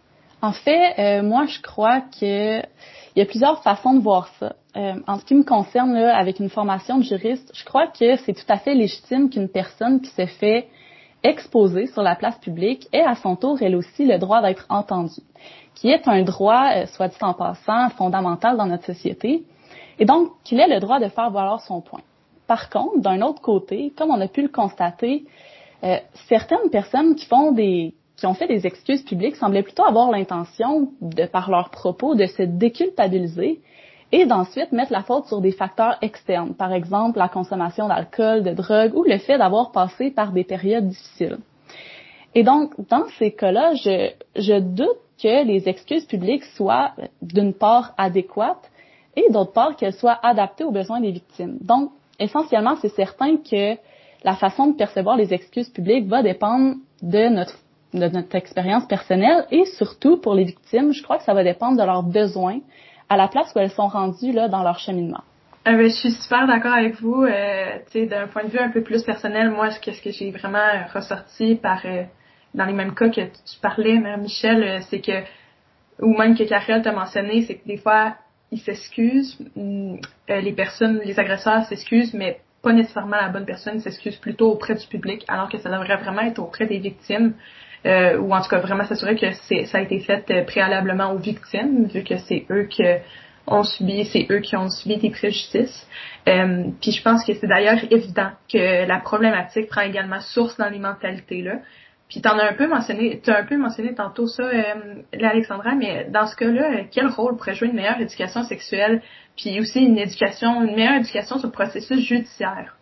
En fait, euh, moi, je crois que il y a plusieurs façons de voir ça. Euh, en ce qui me concerne, là, avec une formation de juriste, je crois que c'est tout à fait légitime qu'une personne qui se fait exposer sur la place publique ait à son tour, elle aussi, le droit d'être entendue, qui est un droit, euh, soit dit en passant, fondamental dans notre société, et donc qu'il ait le droit de faire valoir son point. Par contre, d'un autre côté, comme on a pu le constater, euh, certaines personnes qui font des qui ont fait des excuses publiques semblaient plutôt avoir l'intention, de par leurs propos, de se déculpabiliser et d'ensuite mettre la faute sur des facteurs externes, par exemple la consommation d'alcool, de drogue ou le fait d'avoir passé par des périodes difficiles. Et donc, dans ces cas-là, je, je doute que les excuses publiques soient, d'une part, adéquates et d'autre part, qu'elles soient adaptées aux besoins des victimes. Donc, essentiellement, c'est certain que la façon de percevoir les excuses publiques va dépendre de notre de notre expérience personnelle et surtout pour les victimes, je crois que ça va dépendre de leurs besoins à la place où elles sont rendues là dans leur cheminement. Euh, ben, je suis super d'accord avec vous. Euh, tu sais, d'un point de vue un peu plus personnel, moi, ce que, ce que j'ai vraiment ressorti par euh, dans les mêmes cas que tu parlais, Mme Michel, euh, c'est que, ou même que Carole t'a mentionné, c'est que des fois, ils s'excusent, euh, les personnes, les agresseurs s'excusent, mais pas nécessairement la bonne personne s'excuse plutôt auprès du public, alors que ça devrait vraiment être auprès des victimes. Euh, ou en tout cas vraiment s'assurer que c'est, ça a été fait euh, préalablement aux victimes, vu que c'est eux qui ont subi, c'est eux qui ont subi des préjudices. Euh, puis je pense que c'est d'ailleurs évident que la problématique prend également source dans les mentalités là. Puis t'en as un peu mentionné, t'as un peu mentionné tantôt ça, euh, Alexandra, mais dans ce cas-là, quel rôle pourrait jouer une meilleure éducation sexuelle, puis aussi une éducation, une meilleure éducation sur le processus judiciaire?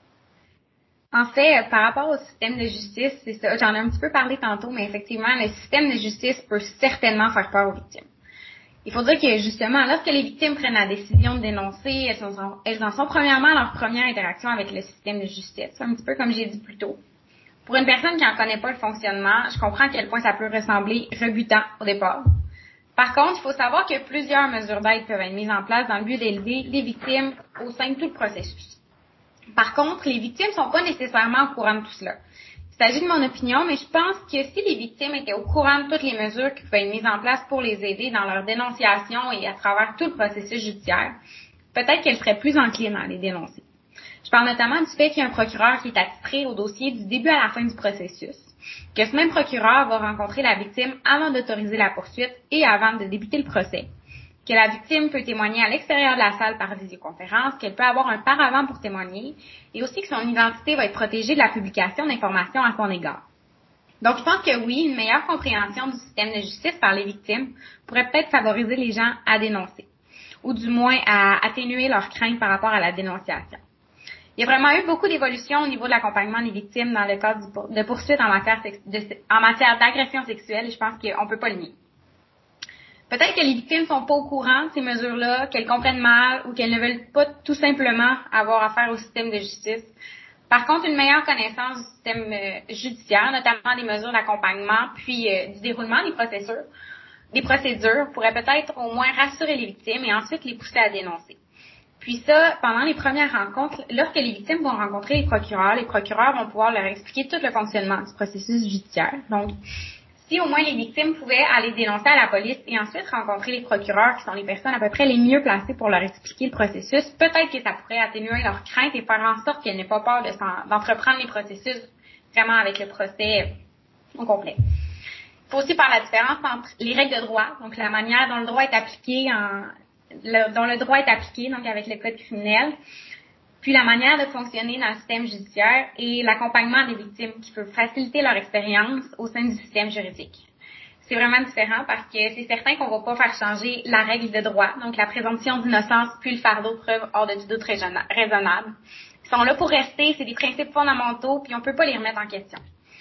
En fait, par rapport au système de justice, c'est ça, j'en ai un petit peu parlé tantôt, mais effectivement, le système de justice peut certainement faire peur aux victimes. Il faut dire que justement, lorsque les victimes prennent la décision de dénoncer, elles, sont, elles en sont premièrement à leur première interaction avec le système de justice, un petit peu comme j'ai dit plus tôt. Pour une personne qui n'en connaît pas le fonctionnement, je comprends à quel point ça peut ressembler rebutant au départ. Par contre, il faut savoir que plusieurs mesures d'aide peuvent être mises en place dans le but d'aider les victimes au sein de tout le processus. Par contre, les victimes ne sont pas nécessairement au courant de tout cela. Il s'agit de mon opinion, mais je pense que si les victimes étaient au courant de toutes les mesures qui peuvent être mises en place pour les aider dans leur dénonciation et à travers tout le processus judiciaire, peut-être qu'elles seraient plus enclines à les dénoncer. Je parle notamment du fait qu'il y a un procureur qui est attitré au dossier du début à la fin du processus, que ce même procureur va rencontrer la victime avant d'autoriser la poursuite et avant de débuter le procès, que la victime peut témoigner à l'extérieur de la salle par visioconférence, qu'elle peut avoir un paravent pour témoigner, et aussi que son identité va être protégée de la publication d'informations à son égard. Donc, je pense que oui, une meilleure compréhension du système de justice par les victimes pourrait peut-être favoriser les gens à dénoncer, ou du moins à atténuer leurs craintes par rapport à la dénonciation. Il y a vraiment eu beaucoup d'évolutions au niveau de l'accompagnement des victimes dans le cadre de poursuites en matière, de, en matière d'agression sexuelle, et je pense qu'on ne peut pas le nier. Peut-être que les victimes ne sont pas au courant de ces mesures-là, qu'elles comprennent mal ou qu'elles ne veulent pas tout simplement avoir affaire au système de justice. Par contre, une meilleure connaissance du système euh, judiciaire, notamment des mesures d'accompagnement, puis euh, du déroulement des procédures, des procédures, pourrait peut-être au moins rassurer les victimes et ensuite les pousser à dénoncer. Puis ça, pendant les premières rencontres, lorsque les victimes vont rencontrer les procureurs, les procureurs vont pouvoir leur expliquer tout le fonctionnement du processus judiciaire. Donc, si au moins les victimes pouvaient aller dénoncer à la police et ensuite rencontrer les procureurs, qui sont les personnes à peu près les mieux placées pour leur expliquer le processus, peut-être que ça pourrait atténuer leurs craintes et faire en sorte qu'elles n'aient pas peur de s'en, d'entreprendre les processus vraiment avec le procès au complet. Il faut aussi faire la différence entre les règles de droit, donc la manière dont le droit est appliqué, en, le, dont le droit est appliqué, donc avec le code criminel, puis la manière de fonctionner dans le système judiciaire et l'accompagnement des victimes qui peut faciliter leur expérience au sein du système juridique. C'est vraiment différent parce que c'est certain qu'on ne va pas faire changer la règle de droit, donc la présomption d'innocence puis le fardeau de preuve hors de tout doute raisonnable. Ils sont là pour rester, c'est des principes fondamentaux puis on ne peut pas les remettre en question.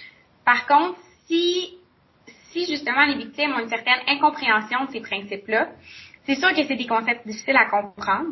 Par contre, si, si justement les victimes ont une certaine incompréhension de ces principes-là, c'est sûr que c'est des concepts difficiles à comprendre.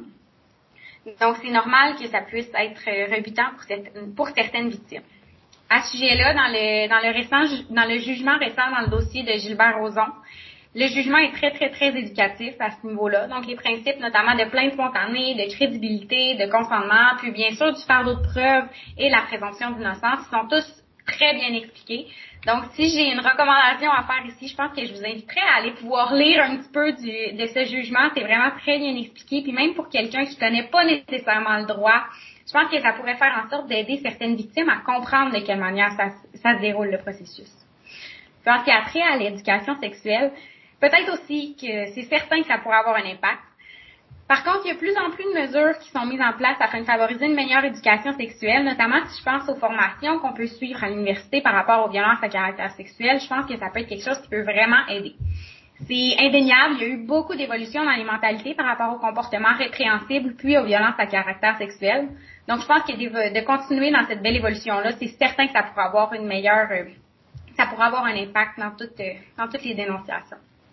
Donc, c'est normal que ça puisse être rebutant pour, cette, pour certaines victimes. À ce sujet-là, dans le, dans le récent, dans le jugement récent dans le dossier de Gilbert Rozon, le jugement est très, très, très éducatif à ce niveau-là. Donc, les principes notamment de plainte spontanée, de crédibilité, de consentement, puis bien sûr du fardeau de preuve et la présomption d'innocence sont tous très bien expliqué. Donc, si j'ai une recommandation à faire ici, je pense que je vous inviterais à aller pouvoir lire un petit peu du, de ce jugement. C'est vraiment très bien expliqué. Puis même pour quelqu'un qui connaît pas nécessairement le droit, je pense que ça pourrait faire en sorte d'aider certaines victimes à comprendre de quelle manière ça, ça se déroule le processus. Puis en ce qui a trait à l'éducation sexuelle, peut-être aussi que c'est certain que ça pourrait avoir un impact. Par contre, il y a de plus en plus de mesures qui sont mises en place afin de favoriser une meilleure éducation sexuelle, notamment si je pense aux formations qu'on peut suivre à l'université par rapport aux violences à caractère sexuel. Je pense que ça peut être quelque chose qui peut vraiment aider. C'est indéniable, il y a eu beaucoup d'évolutions dans les mentalités par rapport aux comportements répréhensibles puis aux violences à caractère sexuel. Donc, je pense que de, de continuer dans cette belle évolution-là, c'est certain que ça pourra avoir une meilleure, euh, ça pourra avoir un impact dans toutes, euh, dans toutes les dénonciations.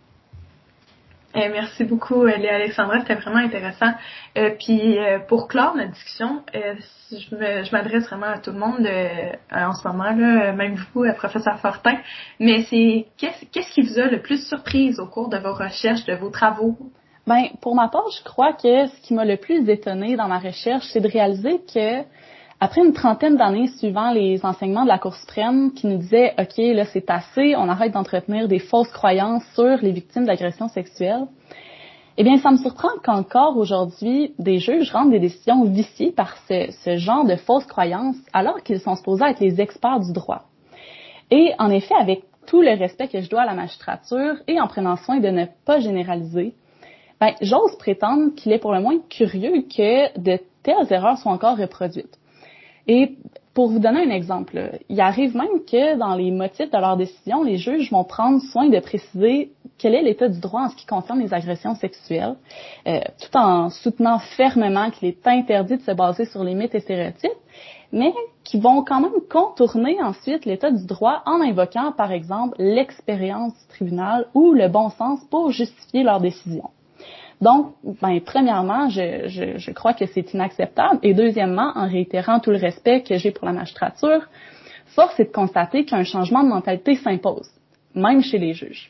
Euh, merci beaucoup, Léa Alexandra, c'était vraiment intéressant. Euh, puis euh, pour clore notre discussion, euh, je, me, je m'adresse vraiment à tout le monde euh, en ce moment, là, même vous, euh, professeur Fortin. Mais c'est qu'est-ce, qu'est-ce qui vous a le plus surprise au cours de vos recherches, de vos travaux? Ben, pour ma part, je crois que ce qui m'a le plus étonnée dans ma recherche, c'est de réaliser que après une trentaine d'années suivant les enseignements de la Cour suprême qui nous disaient « OK, là, c'est assez, on arrête d'entretenir des fausses croyances sur les victimes d'agressions sexuelles », eh bien, ça me surprend qu'encore aujourd'hui, des juges rendent des décisions viciées par ce, ce genre de fausses croyances alors qu'ils sont supposés être les experts du droit. Et en effet, avec tout le respect que je dois à la magistrature et en prenant soin de ne pas généraliser, ben, j'ose prétendre qu'il est pour le moins curieux que de telles erreurs soient encore reproduites. Et pour vous donner un exemple, il arrive même que dans les motifs de leur décision, les juges vont prendre soin de préciser quel est l'état du droit en ce qui concerne les agressions sexuelles, euh, tout en soutenant fermement qu'il est interdit de se baser sur les mythes et stéréotypes, mais qui vont quand même contourner ensuite l'état du droit en invoquant, par exemple, l'expérience du tribunal ou le bon sens pour justifier leur décision. Donc, ben, premièrement, je, je, je crois que c'est inacceptable. Et deuxièmement, en réitérant tout le respect que j'ai pour la magistrature, force est de constater qu'un changement de mentalité s'impose, même chez les juges.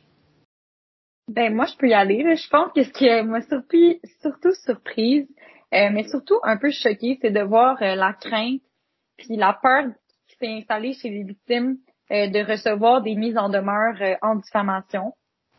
Ben moi, je peux y aller. Là. Je pense que ce qui m'a surpris, surtout surprise, euh, mais surtout un peu choquée, c'est de voir euh, la crainte puis la peur qui s'est installée chez les victimes euh, de recevoir des mises en demeure euh, en diffamation,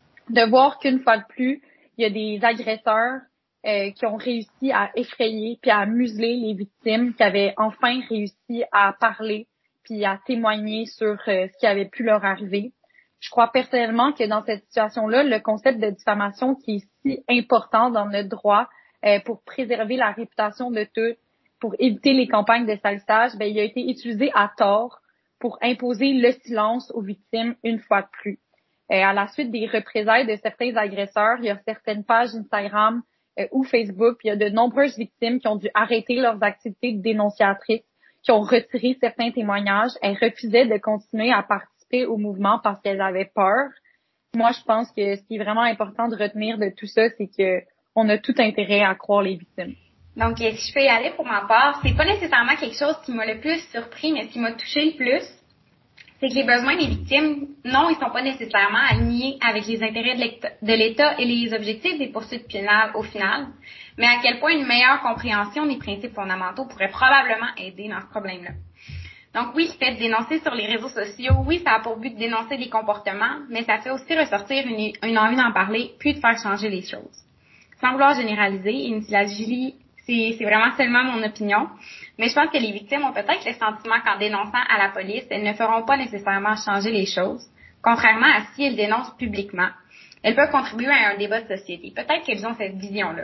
de voir qu'une fois de plus, il y a des agresseurs euh, qui ont réussi à effrayer puis à museler les victimes, qui avaient enfin réussi à parler puis à témoigner sur euh, ce qui avait pu leur arriver. Je crois personnellement que dans cette situation-là, le concept de diffamation qui est si important dans notre droit euh, pour préserver la réputation de tous, pour éviter les campagnes de salissage, ben il a été utilisé à tort pour imposer le silence aux victimes une fois de plus. Euh, à la suite des représailles de certains agresseurs, il y a certaines pages Instagram euh, ou Facebook, puis il y a de nombreuses victimes qui ont dû arrêter leurs activités de dénonciatrices, qui ont retiré certains témoignages. Elles refusaient de continuer à participer au mouvement parce qu'elles avaient peur. Moi, je pense que ce qui est vraiment important de retenir de tout ça, c'est que on a tout intérêt à croire les victimes. Donc, si je peux y aller pour ma part, c'est pas nécessairement quelque chose qui m'a le plus surpris, mais ce qui m'a touché le plus, c'est que les besoins des victimes, non, ils sont pas nécessairement alignés avec les intérêts de l'État et les objectifs des poursuites pénales au final, mais à quel point une meilleure compréhension des principes fondamentaux pourrait probablement aider dans ce problème-là. Donc oui, le fait de dénoncer sur les réseaux sociaux, oui, ça a pour but de dénoncer des comportements, mais ça fait aussi ressortir une, une envie d'en parler, puis de faire changer les choses. Sans vouloir généraliser, et la Julie, c'est, c'est vraiment seulement mon opinion, mais je pense que les victimes ont peut-être le sentiment qu'en dénonçant à la police, elles ne feront pas nécessairement changer les choses, contrairement à si elles dénoncent publiquement. Elles peuvent contribuer à un débat de société. Peut-être qu'elles ont cette vision-là.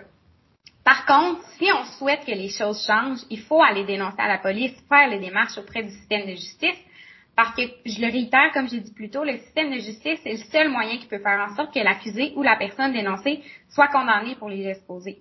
Par contre, si on souhaite que les choses changent, il faut aller dénoncer à la police, faire les démarches auprès du système de justice, parce que, je le réitère, comme j'ai dit plus tôt, le système de justice est le seul moyen qui peut faire en sorte que l'accusé ou la personne dénoncée soit condamnée pour les exposer.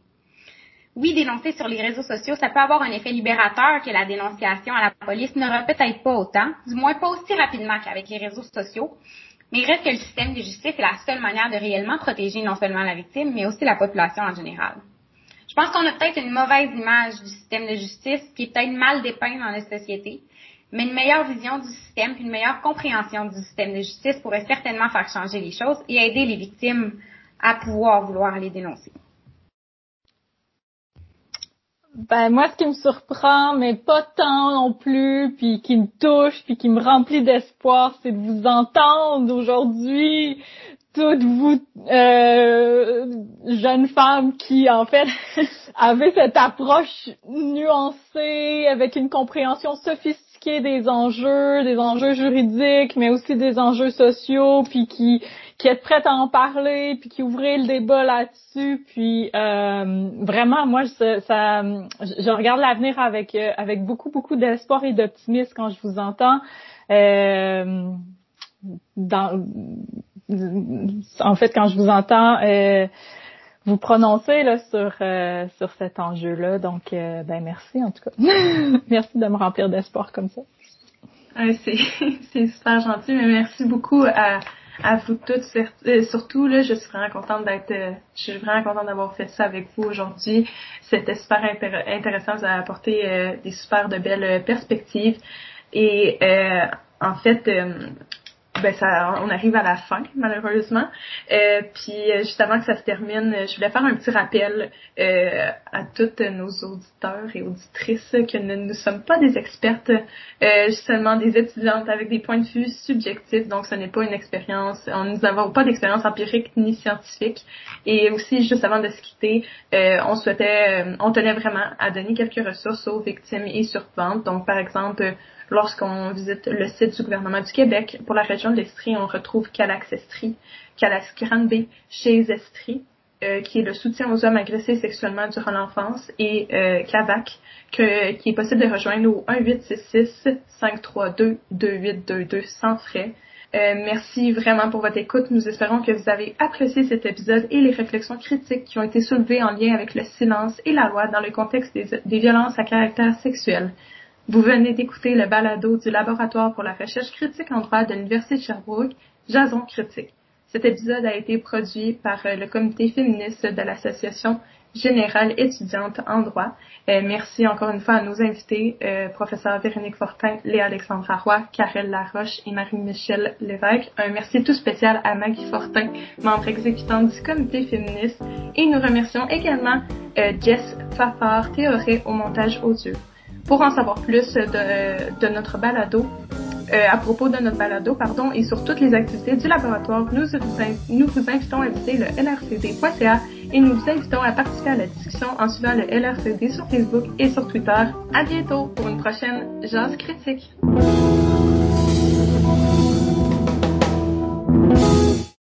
Oui, dénoncer sur les réseaux sociaux, ça peut avoir un effet libérateur que la dénonciation à la police n'aura peut-être pas autant, du moins pas aussi rapidement qu'avec les réseaux sociaux, mais il reste que le système de justice est la seule manière de réellement protéger non seulement la victime, mais aussi la population en général. Je pense qu'on a peut-être une mauvaise image du système de justice qui est peut-être mal dépeinte dans la société, mais une meilleure vision du système puis une meilleure compréhension du système de justice pourrait certainement faire changer les choses et aider les victimes à pouvoir vouloir les dénoncer. Ben moi, ce qui me surprend, mais pas tant non plus, puis qui me touche, puis qui me remplit d'espoir, c'est de vous entendre aujourd'hui, toutes vous euh, jeunes femmes qui, en fait, avaient cette approche nuancée, avec une compréhension sophistiquée des enjeux, des enjeux juridiques, mais aussi des enjeux sociaux, puis qui qui êtes prête à en parler, puis qui ouvrez le débat là-dessus, puis euh, vraiment, moi, ça, ça je regarde l'avenir avec euh, avec beaucoup, beaucoup d'espoir et d'optimisme quand je vous entends. Euh, dans, en fait, quand je vous entends euh, vous prononcer là sur euh, sur cet enjeu-là, donc euh, ben merci en tout cas, merci de me remplir d'espoir comme ça. Ouais, c'est c'est super gentil, mais merci beaucoup à à vous toutes, surtout là, je suis vraiment contente d'être, je suis vraiment contente d'avoir fait ça avec vous aujourd'hui. C'était super intér- intéressant, vous avez apporté euh, des super de belles perspectives et euh, en fait, euh, ben ça, on arrive à la fin malheureusement. Euh, puis juste avant que ça se termine, je voulais faire un petit rappel euh, à toutes nos auditeurs et auditrices que nous ne sommes pas des expertes, euh, seulement des étudiantes avec des points de vue subjectifs. Donc ce n'est pas une expérience, nous n'avons pas d'expérience empirique ni scientifique. Et aussi juste avant de se quitter, euh, on souhaitait, euh, on tenait vraiment à donner quelques ressources aux victimes et survivantes. Donc par exemple, lorsqu'on visite le site du gouvernement du Québec, pour la région de l'Estrie, on retrouve Calax Estrie, Calax Granby chez Estrie, euh, qui est le soutien aux hommes agressés sexuellement durant l'enfance, et euh, Cavac, que, qui est possible de rejoindre au un huit six six cinq trois deux deux huit deux deux sans frais. Euh, merci vraiment pour votre écoute. Nous espérons que vous avez apprécié cet épisode et les réflexions critiques qui ont été soulevées en lien avec le silence et la loi dans le contexte des, des violences à caractère sexuel. Vous venez d'écouter le balado du Laboratoire pour la recherche critique en droit de l'Université de Sherbrooke, Jason Critique. Cet épisode a été produit par le comité féministe de l'Association générale étudiante en droit. Euh, merci encore une fois à nos invités, euh, professeur Véronique Fortin, Léa-Alexandra Roy, Karel Laroche et Marie-Michel Lévesque. Un merci tout spécial à Maggie Fortin, membre exécutante du comité féministe. Et nous remercions également euh, Jess Fafard Théoré au montage audio. Pour en savoir plus de, de notre balado, euh, à propos de notre balado, pardon, et sur toutes les activités du laboratoire, nous vous, nous vous invitons à visiter le L R C D point C A et nous vous invitons à participer à la discussion en suivant le L R C D sur Facebook et sur Twitter. À bientôt pour une prochaine Jase Critique.